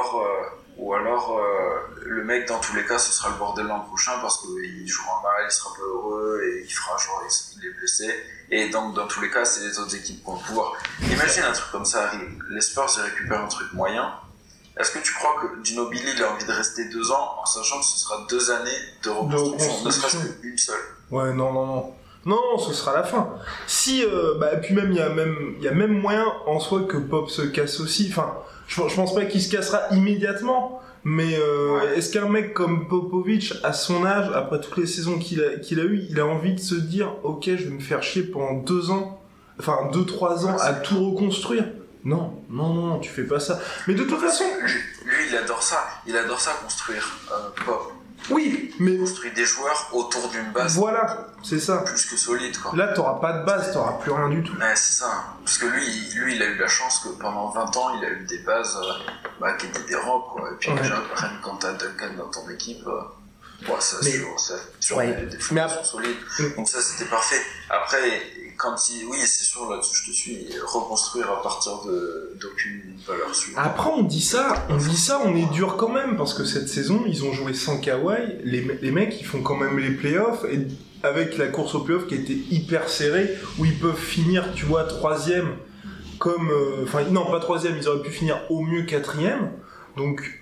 alors le mec dans tous les cas ce sera le bordel l'an prochain parce qu'il jouera mal, il sera pas heureux et il fera genre il est blessé, et donc dans tous les cas c'est les autres équipes qui vont le pouvoir. Imagine un truc comme ça arrive, les Spurs ils récupèrent un truc moyen. Est-ce que tu crois que Ginobili il a envie de rester 2 ans en sachant que ce sera 2 années de reconstruction, ne serait-ce qu'une seule? Ouais, non, ce sera la fin. Si, et puis même, il y a même moyen en soi que Pop se casse aussi. Enfin, je pense pas qu'il se cassera immédiatement, mais est-ce qu'un mec comme Popovic, à son âge, après toutes les saisons qu'il a eues, il a envie de se dire, ok, je vais me faire chier pendant 2 ans, enfin 2-3 ans à tout reconstruire? Non, tu fais pas ça. Mais de toute façon... Lui, il adore ça construire Pop. Oui, mais... Construire des joueurs autour d'une base. Voilà, c'est ça. Plus que solide, quoi. Là, t'auras pas de base, t'auras plus rien du tout. Ouais, c'est ça. Parce que lui, il a eu la chance que pendant 20 ans, il a eu des bases qui étaient des robes, quoi. Et puis déjà, quand t'as Duncan dans ton équipe... ça sur des fondations solides. Donc ça, c'était parfait. Après, c'est sûr, là-dessus, je te suis, reconstruire à partir d'aucune valeur sûre. Après, on dit ça, on est dur quand même, parce que cette saison, ils ont joué sans Kawhi, les mecs, ils font quand même les playoffs, et avec la course aux playoffs qui a été hyper serrée, où ils peuvent finir, tu vois, 3e, comme... non, pas 3e, ils auraient pu finir au mieux 4e, donc...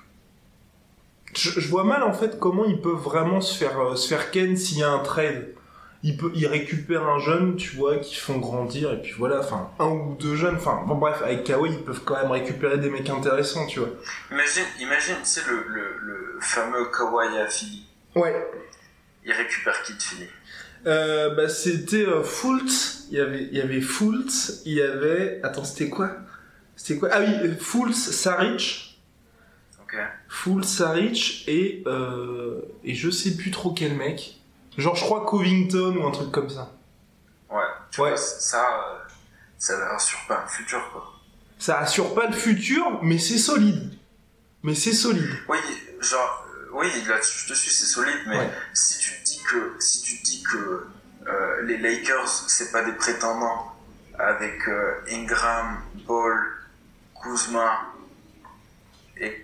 Je vois mal en fait comment ils peuvent vraiment se faire ken s'il y a un trade. Ils récupèrent un jeune, tu vois, qui font grandir, et puis voilà, enfin, 1 ou 2 jeunes, enfin, bon bref, avec Kawhi, ils peuvent quand même récupérer des mecs intéressants, tu vois. Imagine, c'est le fameux Kawhi à Philly. Ouais. Il récupère qui de Philly? C'était Fultz, il y avait Fultz, il y avait... Attends, c'était quoi? Ah oui, Fultz, Saric... Full Saric et je sais plus trop quel mec. Genre je crois Covington ou un truc comme ça. Ouais. Tu vois, ça assure pas le futur quoi. Ça assure pas le futur, mais c'est solide. Oui, là-dessus je te suis, c'est solide, mais si tu dis que les Lakers c'est pas des prétendants avec Ingram, Ball, Kuzma et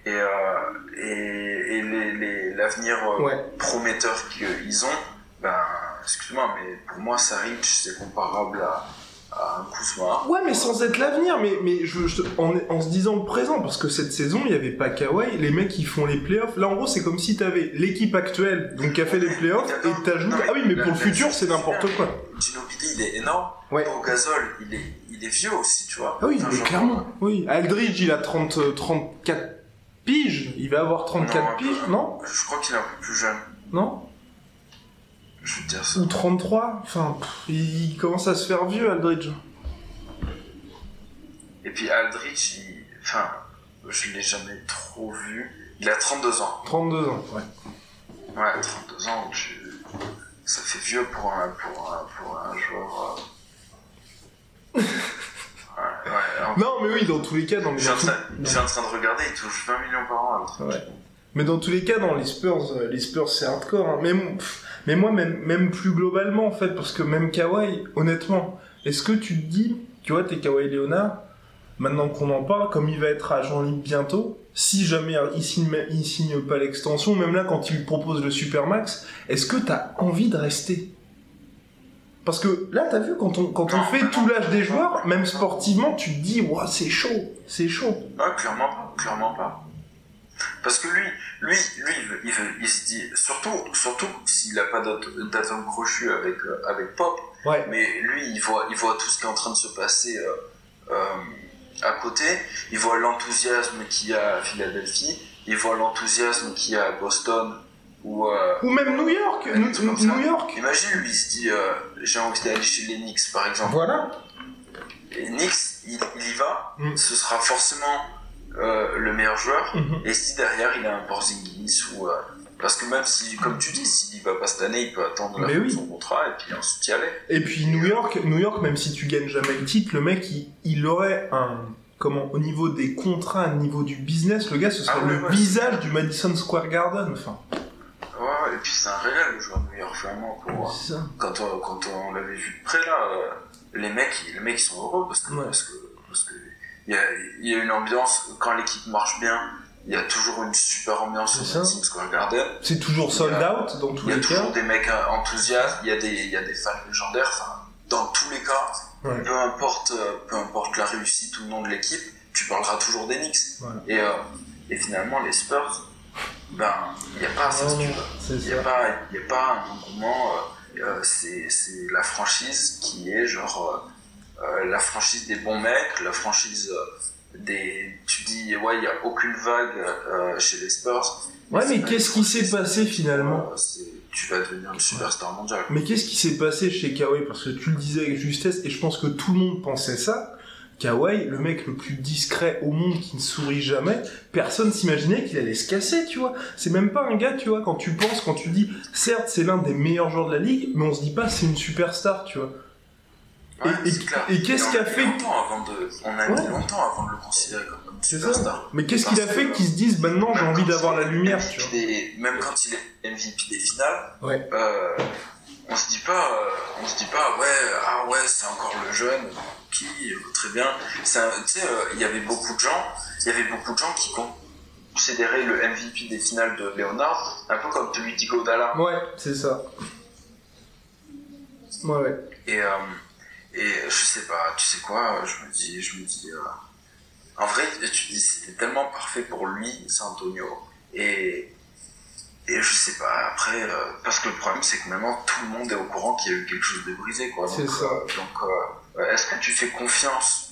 l'avenir prometteur qu'ils ont, excuse-moi, mais pour moi Saric c'est comparable à un Kuzma. Ouais, mais sans être l'avenir, mais en se disant le présent, parce que cette saison il y avait pas Kawhi, les mecs ils font les playoffs. Là en gros c'est comme si t'avais l'équipe actuelle donc qui a fait les playoffs et t'ajoutes. Mais pour le futur c'est n'importe quoi. Ginobili il est énorme. Pour Gasol il est vieux aussi, tu vois. Ah oui, mais clairement. Oui, Aldridge il a 34 piges, il va avoir 34 piges, non? Je crois qu'il est un peu plus jeune. Non? Je vais te dire ça. Ou 33, enfin, il commence à se faire vieux, Aldridge. Et puis Aldridge, je l'ai jamais trop vu. Il a 32 ans. 32 ans, ouais. Ouais, 32 ans, ça fait vieux pour un joueur... Non, mais oui, dans tous les cas, Je suis en train de regarder, il touche 20 millions par an. Ouais. Mais dans tous les cas, dans les Spurs c'est hardcore. Hein. Mais moi, même plus globalement, en fait, parce que même Kawhi, honnêtement, est-ce que tu te dis, tu vois, t'es Kawhi Leonard, maintenant qu'on en parle, comme il va être agent libre bientôt, si jamais il signe pas l'extension, même là, quand il propose le Supermax, est-ce que t'as envie de rester ? Parce que là, t'as vu, quand on fait tout l'âge des joueurs, même sportivement, tu te dis, ouah, c'est chaud. Ah, clairement pas. Parce que lui, il se dit, surtout s'il a pas d'atome crochu avec Pop, ouais. Mais lui, il voit tout ce qui est en train de se passer à côté, il voit l'enthousiasme qu'il y a à Philadelphie, il voit l'enthousiasme qu'il y a à Boston, ou même New York. New York. Imagine, lui, il se dit, j'ai envie d'aller chez les Knicks, par exemple. Voilà. Et Knicks, il y va, ce sera forcément le meilleur joueur, et si derrière il a un Porzingis ou parce que même si, comme tu dis, s'il y va pas cette année, il peut attendre la fin de son contrat et puis ensuite y aller. Et puis New York, même si tu gagnes jamais le titre, le mec il aurait au niveau des contrats, au niveau du business, le gars ce serait visage du Madison Square Garden, enfin. Ouais, et puis c'est un régal le joueur de New York, vraiment, quand on l'avait vu de près là, les mecs ils sont heureux parce que il y a une ambiance, quand l'équipe marche bien, il y a toujours une super ambiance au Madison Square Garden. C'est toujours sold out dans tous les cas. Il y a toujours des mecs enthousiastes, il y a des fans légendaires, enfin, dans tous les cas, peu importe la réussite ou non de l'équipe, tu parleras toujours des Knicks. Voilà. Et finalement, les Spurs, il n'y a pas ça, si tu veux. Il n'y a pas un engouement, c'est la franchise qui est genre, la franchise des bons mecs, la franchise tu dis, il n'y a aucune vague chez les Spurs. Ouais, mais qu'est-ce qui s'est passé finalement ? Tu vas devenir une superstar mondiale. Mais qu'est-ce qui s'est passé chez Kawhi ? Parce que tu le disais avec justesse, et je pense que tout le monde pensait ça. Kawhi, le mec le plus discret au monde qui ne sourit jamais, personne s'imaginait qu'il allait se casser, tu vois. C'est même pas un gars, tu vois, quand tu dis, certes, c'est l'un des meilleurs joueurs de la ligue, mais on se dit pas c'est une superstar, tu vois. Ouais, et qu'est-ce qui a fait on a mis longtemps avant de le considérer comme une superstar. Mais qu'est-ce qu'il a fait qu'ils se disent maintenant j'ai envie d'avoir la lumière, tu vois. Même quand il est MVP des finales, on se dit pas ouais c'est encore le jeune qui très bien. Tu sais, il y avait beaucoup de gens qui considéraient le MVP des finales de Leonard un peu comme celui d'Iguodala. Ouais, c'est ça. Ouais. Et je sais pas, tu sais quoi, je me dis en vrai, tu dis c'était tellement parfait pour lui, San Antonio, et je sais pas, après, parce que le problème c'est que maintenant tout le monde est au courant qu'il y a eu quelque chose de brisé, quoi. C'est ça. Donc, est-ce que tu fais confiance,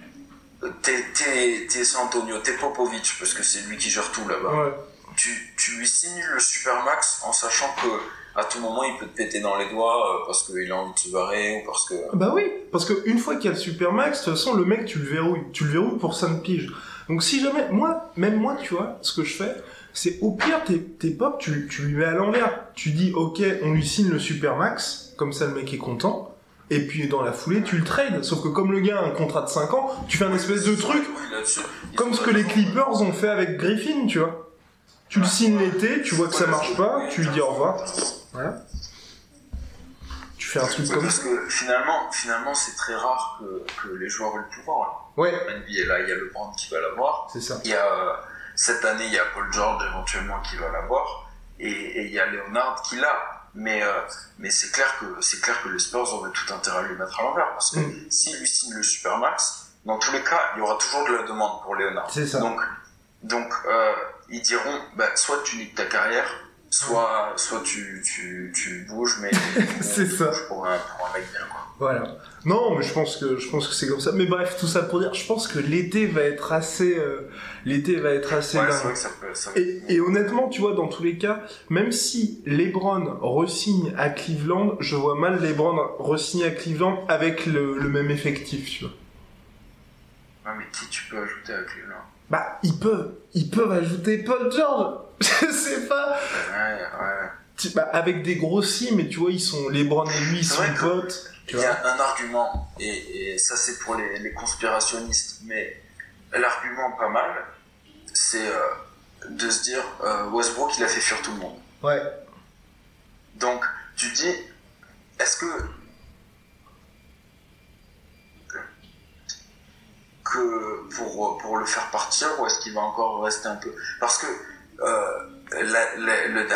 t'es San Antonio, t'es Popovic, parce que c'est lui qui gère tout là-bas, tu lui signes le Supermax en sachant que à tout moment il peut te péter dans les doigts parce qu'il a envie de se barrer ou parce que... Bah oui, parce qu'une fois qu'il y a le Supermax, de toute façon le mec tu le verrouilles pour 5 piges. Donc si jamais, même moi tu vois, ce que je fais, c'est au pire tes pop, tu lui mets à l'envers. Tu dis ok, on lui signe le Supermax, comme ça le mec est content, et puis dans la foulée tu le trades. Sauf que comme le gars a un contrat de 5 ans, tu fais un espèce de truc, comme ce que les Clippers ont fait avec Griffin, tu vois. Tu le signes l'été, tu vois que ça marche pas, tu lui dis au revoir. Voilà. Tu fais un truc comme ça. Parce que finalement, c'est très rare que les joueurs aient le pouvoir. Ouais. NBA, là, il y a LeBron qui va l'avoir. C'est ça. Il y a, cette année, il y a Paul George éventuellement qui va l'avoir. Et il y a Leonard qui l'a. Mais c'est clair que les Spurs auraient tout intérêt à lui mettre à l'envers. Parce que s'il lui signe le Supermax, dans tous les cas, il y aura toujours de la demande pour Leonard. C'est ça. Donc, ils diront, soit tu niques ta carrière, soit tu bouges, mais c'est ça. Pour un mec bien, quoi. Voilà. Non, mais je pense que c'est comme ça. Mais bref, tout ça pour dire, je pense que l'été va être assez dingue. C'est vrai que ça peut et honnêtement, tu vois, dans tous les cas, même si LeBron re-signe à Cleveland, je vois mal LeBron re-signer à Cleveland avec le même effectif, tu vois. Ouais, mais qui tu peux ajouter à Cleveland? Bah, ils peuvent ajouter Paul George. Je sais pas. Ouais. Avec des gros si, mais tu vois, LeBron et lui, ils sont potes. Il y a un argument, et ça c'est pour les conspirationnistes, mais l'argument pas mal, c'est de se dire Westbrook il a fait fuir tout le monde. Ouais. Donc tu dis, est-ce que pour le faire partir, ou est-ce qu'il va encore rester un peu, parce que la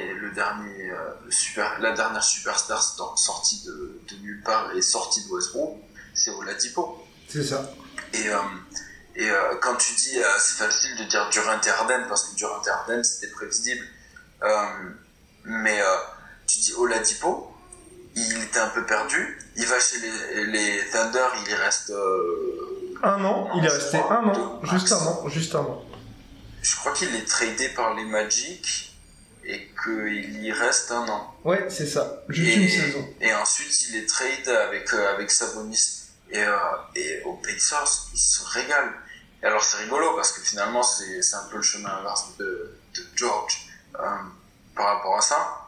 dernière superstar sortie de nulle part et sortie de Westbrook, c'est Oladipo. C'est ça. Et quand tu dis c'est facile de dire Durant et Harden parce que Durant et Harden c'était prévisible, mais tu dis Oladipo, il était un peu perdu, il va chez les Thunder, il y reste un an, il est resté un an, juste un an. Je crois qu'il est tradé par les Magic et qu'il y reste un an. Ouais, c'est ça, juste une saison. Et ensuite, il est trade avec Sabonis. Et aux Pacers, il se régale. Et alors, c'est rigolo parce que finalement, c'est un peu le chemin inverse de George par rapport à ça.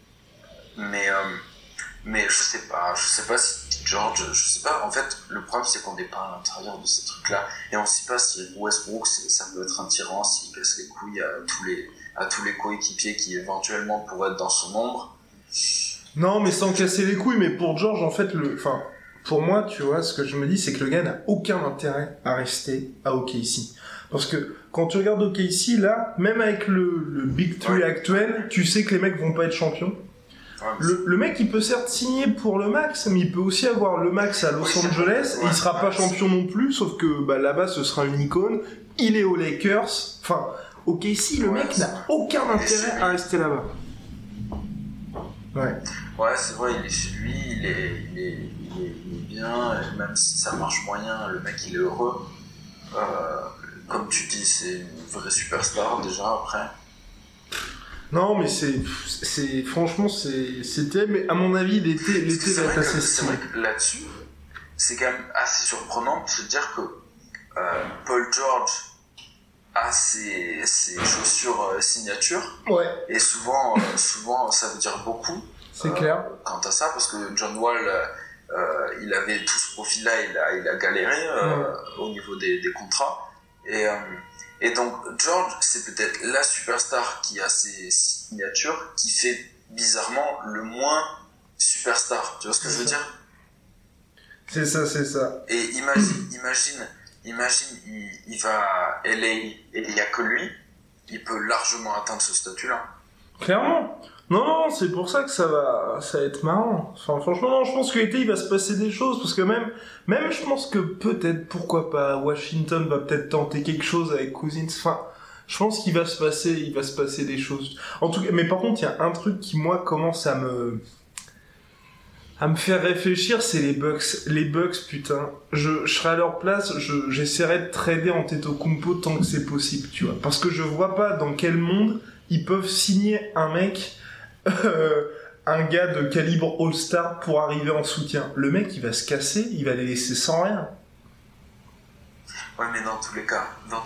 Mais je sais pas si George, je sais pas. En fait, le problème c'est qu'on n'est pas à l'intérieur de ces trucs-là et on sait pas si Westbrook ça peut être un tyran s'il casse les couilles à tous les coéquipiers qui éventuellement pourraient être dans son ombre. Non, mais sans casser les couilles. Mais pour George, en fait, pour moi, tu vois, ce que je me dis, c'est que le gars n'a aucun intérêt à rester à OKC. Parce que quand tu regardes OKC, là, même avec le Big Three actuel, tu sais que les mecs vont pas être champions. Le mec, il peut certes signer pour le max, mais il peut aussi avoir le max à Los Angeles, et il sera pas champion non plus, sauf que là-bas, ce sera une icône. Il est aux Lakers. Enfin, OKC, le mec n'a aucun intérêt à rester là-bas. Ouais. Ouais, c'est vrai, il est chez lui, il est bien, et même si ça marche moyen, le mec, il est heureux. Comme tu dis, c'est une vraie superstar, déjà, après. Non, mais c'est franchement, c'était, mais à mon avis, l'été va être assez stylé. C'est vrai que là-dessus, c'est quand même assez surprenant de se dire que Paul George a ses chaussures signature. Ouais. Et souvent, ça veut dire beaucoup. C'est clair. Quant à ça, parce que John Wall, il avait tout ce profil-là, il a galéré au niveau des contrats. Et donc George, c'est peut-être la superstar qui a ses signatures, qui fait bizarrement le moins superstar. Tu vois ce que je veux dire ? C'est ça. Et imagine, il va à LA et il n'y a que lui, il peut largement atteindre ce statut-là. Clairement. Non, c'est pour ça que ça va être marrant. Enfin, franchement, non, je pense que l'été, il va se passer des choses, parce que même, je pense que peut-être, pourquoi pas, Washington va peut-être tenter quelque chose avec Cousins. Enfin, je pense qu'il va se passer des choses. En tout cas, mais par contre, il y a un truc qui, moi, commence à me faire réfléchir, c'est les Bucks. Les Bucks, putain. Je serais à leur place, j'essaierais de trader Antetokounmpo tant que c'est possible, tu vois. Parce que je vois pas dans quel monde ils peuvent signer un mec, un gars de calibre All-Star pour arriver en soutien. Le mec, il va se casser, il va les laisser sans rien. Ouais, mais dans tous les cas,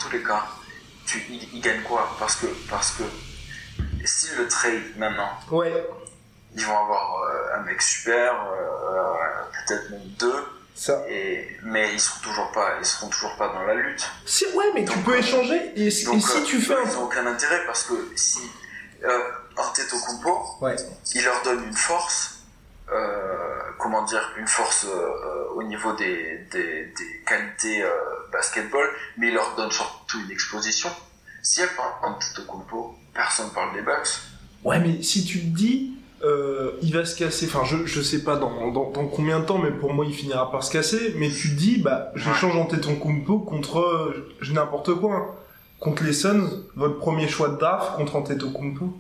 il gagne quoi ? Parce que s'ils le trade maintenant, ouais, ils vont avoir un mec super, peut-être même deux. Ça. Mais ils seront toujours pas dans la lutte. Ouais, mais donc, tu peux échanger et si tu fais ils n'ont aucun intérêt parce que si Antetokounmpo, il leur donne une force, une force au niveau des qualités basketball, mais il leur donne surtout une exposition. S'il n'y a pas Antetokounmpo, personne parle des Bucks. Ouais, mais si tu te dis il va se casser, enfin je sais pas dans combien de temps, mais pour moi il finira par se casser, mais tu te dis j'échange Antetokounmpo contre n'importe quoi, hein. Contre les Suns, votre premier choix de draft contre Antetokounmpo.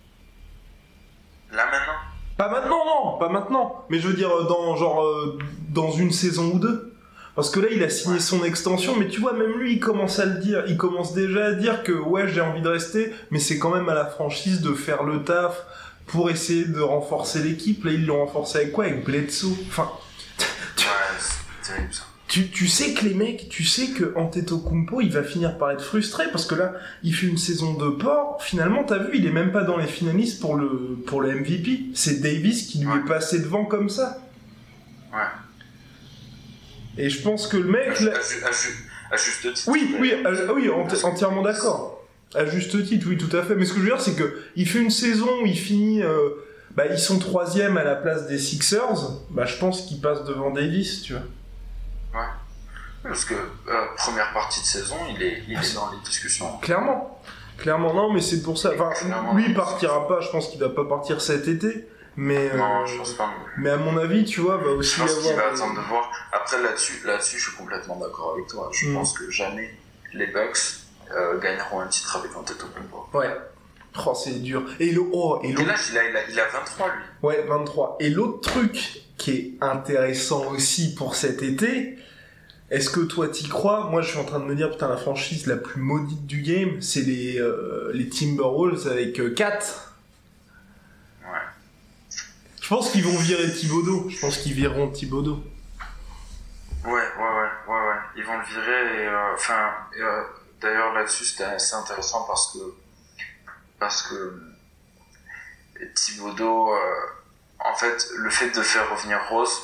Là maintenant ? Pas maintenant, mais je veux dire dans une saison ou deux. Parce que là, il a signé son extension, mais tu vois, même lui, il commence à le dire. Il commence déjà à dire que j'ai envie de rester, mais c'est quand même à la franchise de faire le taf pour essayer de renforcer l'équipe. Là, ils l'ont renforcé avec quoi ? Avec Bledsoe. Enfin, c'est terrible ça. Tu sais que les mecs, tu sais que Antetokounmpo, il va finir par être frustré parce que là, il fait une saison de porc. Finalement, t'as vu, il est même pas dans les finalistes pour le MVP. C'est Davis qui lui est passé devant comme ça. Ouais. Et je pense que le mec... À juste titre. Oui, entièrement d'accord. À juste titre, oui, tout à fait. Mais ce que je veux dire, c'est que il fait une saison où il finit... ils sont 3e à la place des Sixers. Je pense qu'il passe devant Davis, tu vois. Ouais. Parce que première partie de saison, il est dans les discussions. Clairement, non, mais c'est pour ça. Enfin, lui, il partira pas. Je pense qu'il va pas partir cet été. Mais non, je pense pas. Mais à mon avis, tu vois, va aussi je pense avoir. Qu'il va attendre de voir. Après, là-dessus, je suis complètement d'accord avec toi. Je pense que jamais les Bucks gagneront un titre avec Antetokounmpo. Ouais. Oh, c'est dur. Et là, il a 23, lui. Ouais, 23. Et l'autre truc qui est intéressant aussi pour cet été, est-ce que toi t'y crois ? Moi, je suis en train de me dire, putain, la franchise la plus maudite du game, c'est les Timberwolves avec 4. Ouais. Je pense qu'ils vont virer Thibodeau. Je pense qu'ils vireront Thibodeau. Ouais. Ils vont le virer et d'ailleurs là-dessus c'était assez intéressant parce que Thibodeau, en fait, le fait de faire revenir Rose,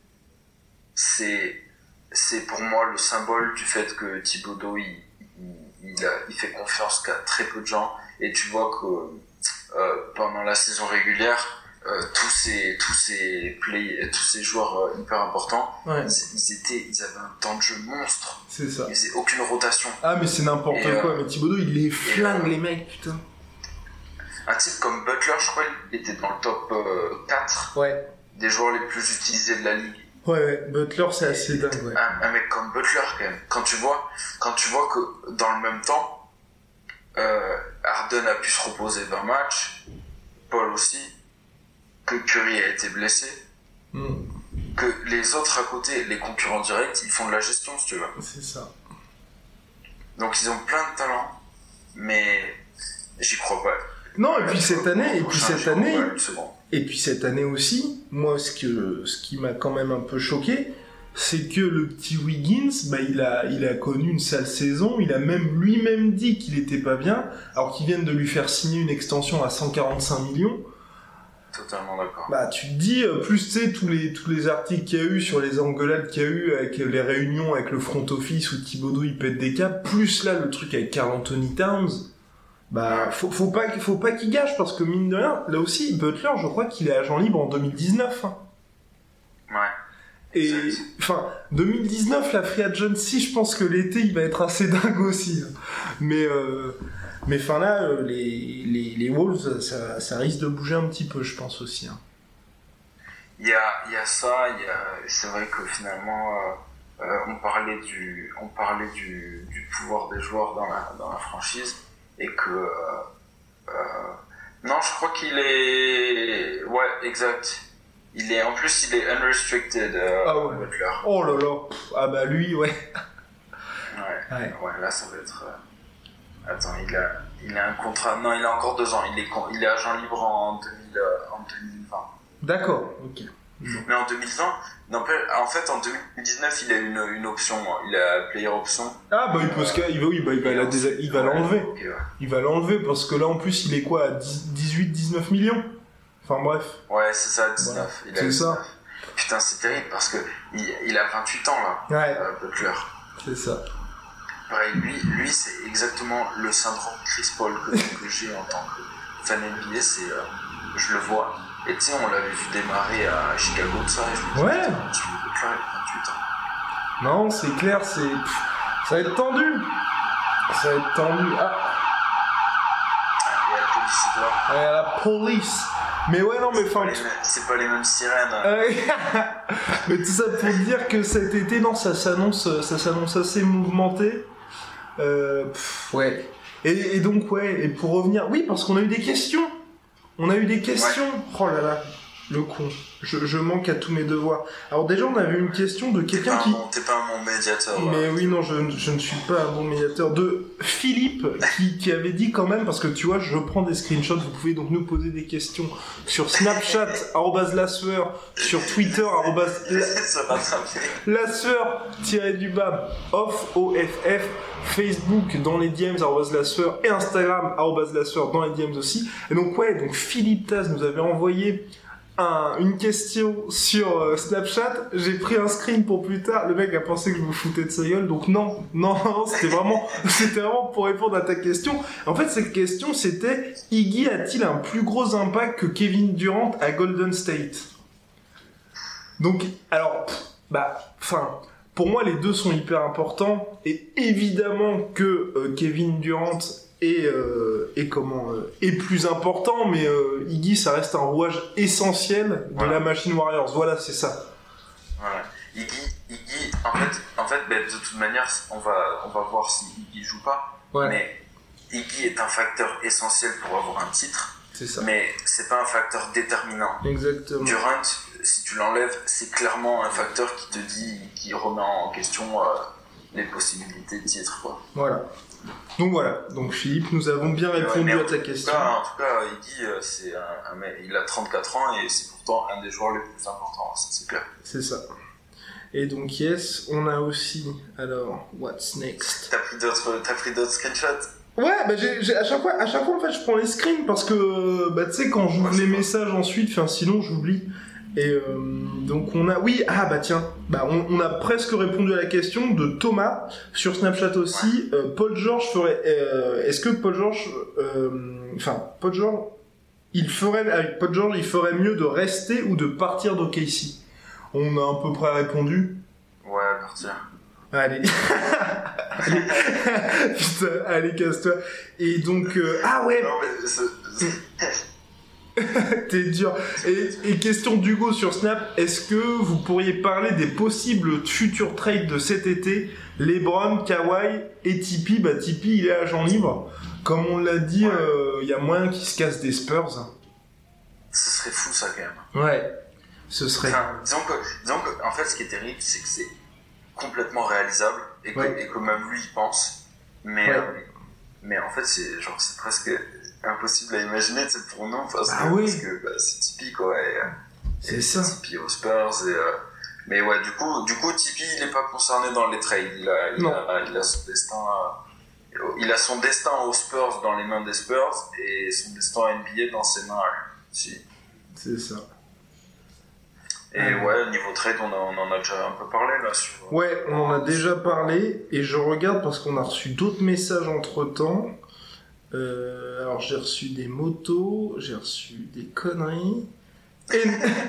c'est pour moi le symbole du fait que Thibodeau il fait confiance qu'à très peu de gens, et tu vois que pendant la saison régulière tous ces joueurs hyper importants, ouais. ils avaient un temps de jeu monstre. C'est ça. Ils faisaient aucune rotation. Ah mais c'est n'importe quoi, mais Thibodeau il les flingue les mecs, putain. Un type comme Butler, je crois, il était dans le top 4 des joueurs les plus utilisés de la ligue. Ouais, Butler c'est assez dingue, ouais. Un mec comme Butler, quand même. Quand tu vois que dans le même temps, Harden a pu se reposer 20 matchs, Paul aussi, que Curry a été blessé, que les autres à côté, les concurrents directs, ils font de la gestion, si tu veux. C'est ça. Donc ils ont plein de talents, mais j'y crois pas. Non, et puis cette année aussi, moi ce qui m'a quand même un peu choqué, c'est que le petit Wiggins, il a connu une sale saison, il a même lui-même dit qu'il était pas bien, alors qu'ils viennent de lui faire signer une extension à 145 millions. Totalement d'accord. Tu te dis, plus tu sais, tous les articles qu'il y a eu sur les engueulades qu'il y a eu avec les réunions avec le front office où Thibodeau il pète des câbles, plus là le truc avec Karl Anthony Towns, faut pas qu'il gâche, parce que mine de rien, là aussi, Butler, je crois qu'il est agent libre en 2019. Hein. Ouais. Et, 2019, la free agency, je pense que l'été, il va être assez dingue aussi. Hein. Mais là, les Wolves, ça risque de bouger un petit peu, je pense aussi. Hein. Il y a ça, c'est vrai que finalement, on parlait du pouvoir des joueurs dans la franchise, et que non, je crois qu'il est, ouais, exact. En plus, il est unrestricted, Butler. Oh là là, lui, ouais. Ouais, là, ça va être. Attends, il a un contrat. Non, il a encore 2 ans. Il est agent libre en 2020. D'accord, ok. Mais en 2020, en fait, en 2019, il a une option. Il a player option. Ah, il va l'enlever. Okay, ouais. Il va l'enlever parce que là, en plus, il est quoi, à 18-19 millions. Enfin, bref. Ouais, c'est ça, 19. Voilà. Il a c'est 19. ça. Putain, c'est terrible parce que il a 28 ans, là. Ouais. Butler. C'est ça. Pareil, lui, c'est exactement le syndrome Chris Paul que j'ai en tant que fan NBA. Je le vois. Et tu sais, on l'avait vu démarrer à Chicago de ça. Et je me dis, Butler, il a 28 ans. Non, c'est clair, ça va être tendu. Ça va être tendu. Ah. Et la police, c'est toi. Ouais, la police. Mais ouais, non, mais c'est pas les mêmes sirènes. Mais tout ça pour dire que cet été, non, ça s'annonce assez mouvementé. Ouais. Et donc, ouais, et pour revenir... Oui, parce qu'on a eu des questions. Ouais. Oh là là, le con. Je manque à tous mes devoirs. Alors déjà, on avait une question de quelqu'un qui... T'es pas un bon médiateur. Mais oui, non, je ne suis pas un bon médiateur. De Philippe, qui avait dit quand même, parce que tu vois, je prends des screenshots, vous pouvez donc nous poser des questions sur Snapchat, @lassueur, sur Twitter, lassueur_off, OFF, Facebook dans les DMs, @lassueur, et Instagram, @lassueur dans les DMs aussi. Et donc, ouais, Philippe Taz nous avait envoyé une question sur Snapchat. J'ai pris un screen pour plus tard. Le mec a pensé que je me foutais de sa gueule. Donc non, c'était vraiment pour répondre à ta question. En fait, cette question, c'était Iggy a-t-il un plus gros impact que Kevin Durant à Golden State? Donc, alors, pour moi, les deux sont hyper importants. Et évidemment que Kevin Durant est plus important, mais Iggy, ça reste un rouage essentiel de la machine Warriors. Voilà, c'est ça. Voilà. Iggy, en fait, de toute manière, on va voir si Iggy joue pas. Ouais. Mais Iggy est un facteur essentiel pour avoir un titre. C'est ça. Mais c'est pas un facteur déterminant. Exactement. Durant, si tu l'enlèves, c'est clairement un facteur qui remet en question les possibilités de titre, quoi. Voilà. Donc Philippe, nous avons bien répondu à ta question. En tout cas, Iggy, c'est un mec, il a 34 ans et c'est pourtant un des joueurs les plus importants, ça c'est clair. C'est ça. Et donc yes, on a aussi, alors, what's next? T'as pris d'autres screenshots? Ouais, à chaque fois en fait je prends les screens parce que tu sais quand j'ouvre les messages ensuite, sinon j'oublie. Et donc on a on a presque répondu à la question de Thomas sur Snapchat aussi. Paul George ferait est-ce que Paul George il ferait mieux de rester ou de partir d'OKC? On a à peu près répondu. Ouais, partir. Allez. Putain, allez, casse-toi. Et donc, Non, mais t'es dur. Et question d'Hugo sur Snap, est-ce que vous pourriez parler des possibles futurs trades de cet été? LeBron, Kawhi et Tipeee. Tipeee, il est agent libre. Comme on l'a dit, y a moyen qu'il se casse des Spurs. Ce serait fou, ça, quand même. Ouais, ce serait... disons que, en fait, ce qui est terrible, c'est que c'est complètement réalisable et que même lui, il pense. Mais en fait, c'est presque impossible à imaginer, pour nous, parce que c'est Tipeee, quoi. C'est ça. Tipeee aux Spurs mais ouais, du coup, Tipeee, il n'est pas concerné dans les trades. Il a son destin... il a son destin aux Spurs dans les mains des Spurs et son destin à NBA dans ses mains à lui. Si. C'est ça. Et niveau trade, on en a déjà un peu parlé là sur... Ouais, on en a déjà parlé et je regarde parce qu'on a reçu d'autres messages entre temps. Alors j'ai reçu des motos, j'ai reçu des conneries. Et...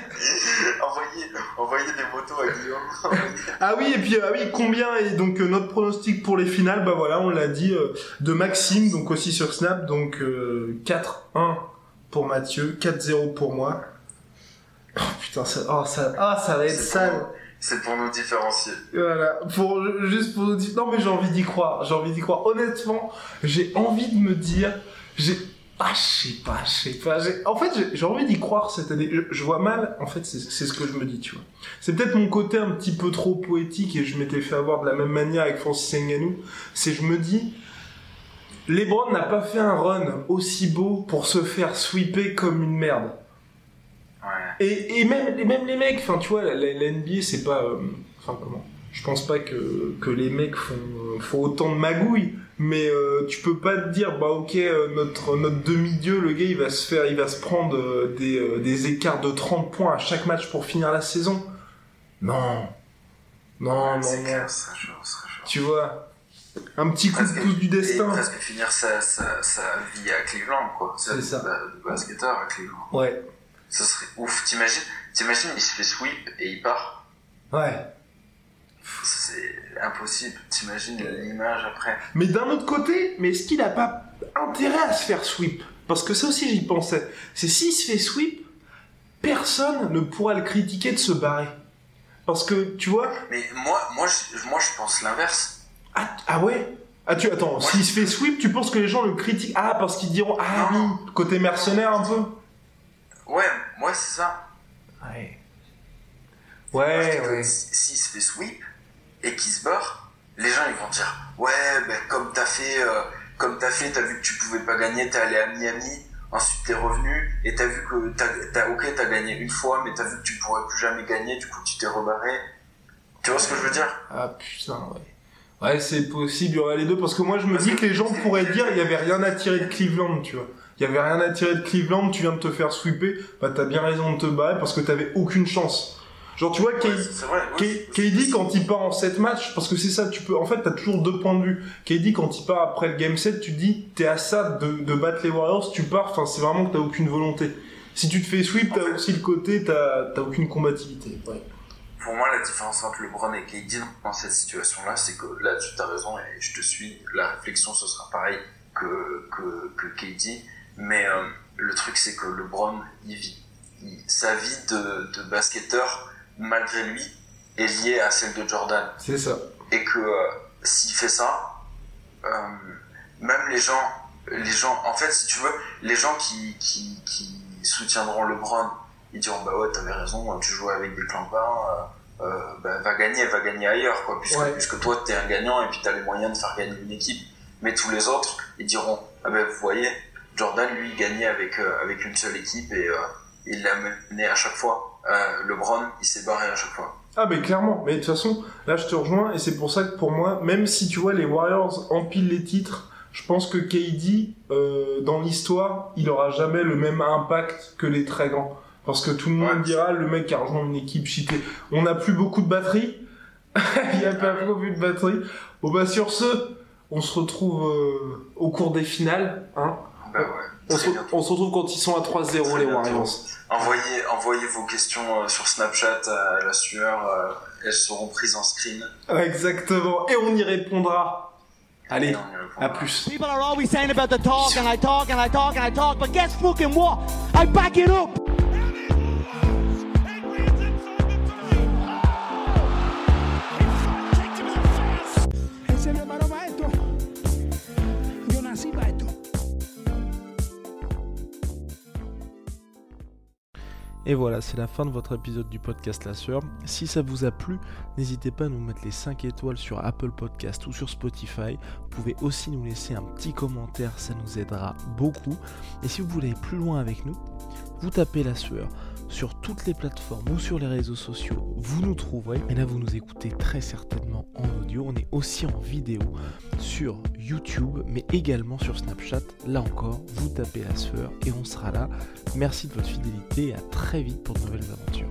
envoyez des motos à Guillaume. Et puis combien est donc notre pronostic pour les finales? On l'a dit, de Maxime, donc aussi sur Snap, donc 4-1 pour Mathieu, 4-0 pour moi. Oh putain, ça va être sale. C'est pour nous différencier. Voilà, juste pour nous dire. Non mais j'ai envie d'y croire. Honnêtement, j'ai envie de me dire, je sais pas. En fait, j'ai envie d'y croire cette année. Je vois mal. En fait, c'est ce que je me dis, tu vois. C'est peut-être mon côté un petit peu trop poétique et je m'étais fait avoir de la même manière avec Francis Ngannou. Je me dis, LeBron n'a pas fait un run aussi beau pour se faire sweeper comme une merde. Ouais. Et même les mecs, tu vois, la NBA, c'est pas... comment ? Je pense pas que les mecs font autant de magouilles, mais tu peux pas te dire, notre demi-dieu, le gars, il va se prendre des écarts de 30 points à chaque match pour finir la saison. Non. C'est clair, ce serait chaud. Tu vois, un petit coup de pouce du destin. Et presque finir sa vie à Cleveland, quoi. C'est ça. De basketteur à Cleveland. Ouais. Ça serait ouf. T'imagines, il se fait sweep et il part. Ouais. C'est impossible. T'imagines l'image après. Mais d'un autre côté, est-ce qu'il a pas intérêt à se faire sweep? Parce que ça aussi, j'y pensais. C'est s'il se fait sweep, personne ne pourra le critiquer de se barrer. Parce que, tu vois... Mais moi, je pense l'inverse. Ah ouais? Attends, s'il se fait sweep, tu penses que les gens le critiquent? Ah, parce qu'ils diront, côté mercenaire un peu? Ouais, c'est ça. Ouais. S'il se fait sweep et qu'il se barre, les gens ils vont dire comme t'as fait, t'as vu que tu pouvais pas gagner, t'es allé à Miami, ensuite t'es revenu et t'as vu que t'as gagné une fois, mais t'as vu que tu pourrais plus jamais gagner, du coup tu t'es rebarré. Tu vois ce que je veux dire? Ah putain, ouais. Ouais, c'est possible, il y aurait les deux, parce que moi je me dis que les gens pourraient dire il y avait rien à tirer de Cleveland, tu vois. il y avait rien à tirer de Cleveland, tu viens de te faire sweeper, bah t'as bien raison de te barrer parce que t'avais aucune chance. Genre tu vois, KD quand il part en 7 matchs, parce que c'est ça, en fait t'as toujours 2 points de vue. KD quand il part après le game 7, tu te dis t'es à ça de battre les Warriors, tu pars, enfin c'est vraiment que t'as aucune volonté. Si tu te fais sweep, t'as aussi le côté, t'as aucune combativité. Ouais. Pour moi, la différence entre LeBron et KD dans cette situation-là, c'est que là, tu as raison et je te suis. La réflexion, ce sera pareil que KD. Mais le truc, c'est que LeBron, sa vie de basketteur, malgré lui, est liée à celle de Jordan. C'est ça. Et que s'il fait ça, même les gens, en fait, si tu veux, les gens qui soutiendront LeBron, ils diront bah ouais t'avais raison, tu joues avec des clampins, va gagner ailleurs quoi, puisque toi t'es un gagnant et puis t'as les moyens de faire gagner une équipe. Mais tous les autres ils diront ah ben vous voyez Jordan lui il gagnait avec une seule équipe et il l'a mené à chaque fois. LeBron il s'est barré à chaque fois. Ah mais clairement, mais de toute façon là je te rejoins et c'est pour ça que pour moi même si tu vois les Warriors empilent les titres, je pense que KD dans l'histoire il aura jamais le même impact que les très grands. Parce que tout le monde dira, le mec a rejoint une équipe cheatée. On n'a plus beaucoup de batterie. Il n'y a pas beaucoup de batterie. Bon bah sur ce, on se retrouve au cours des finales. Hein. Bah ouais. On se retrouve quand ils sont à 3-0 les Warriors. Envoyez vos questions sur Snapchat à la sueur. Elles seront prises en screen. Exactement. Et on y répondra. Allez, à plus. People are always saying about the talk and I talk and I talk and I talk, but guess fucking what? I back it up. Et voilà, c'est la fin de votre épisode du podcast La Sueur. Si ça vous a plu, n'hésitez pas à nous mettre les 5 étoiles sur Apple Podcast ou sur Spotify. Vous pouvez aussi nous laisser un petit commentaire, ça nous aidera beaucoup. Et si vous voulez aller plus loin avec nous, vous tapez La Sueur sur toutes les plateformes ou sur les réseaux sociaux, vous nous trouverez. Et là, vous nous écoutez très certainement en audio. On est aussi en vidéo sur YouTube, mais également sur Snapchat. Là encore, vous tapez La Sueur et on sera là. Merci de votre fidélité et à très vite pour de nouvelles aventures.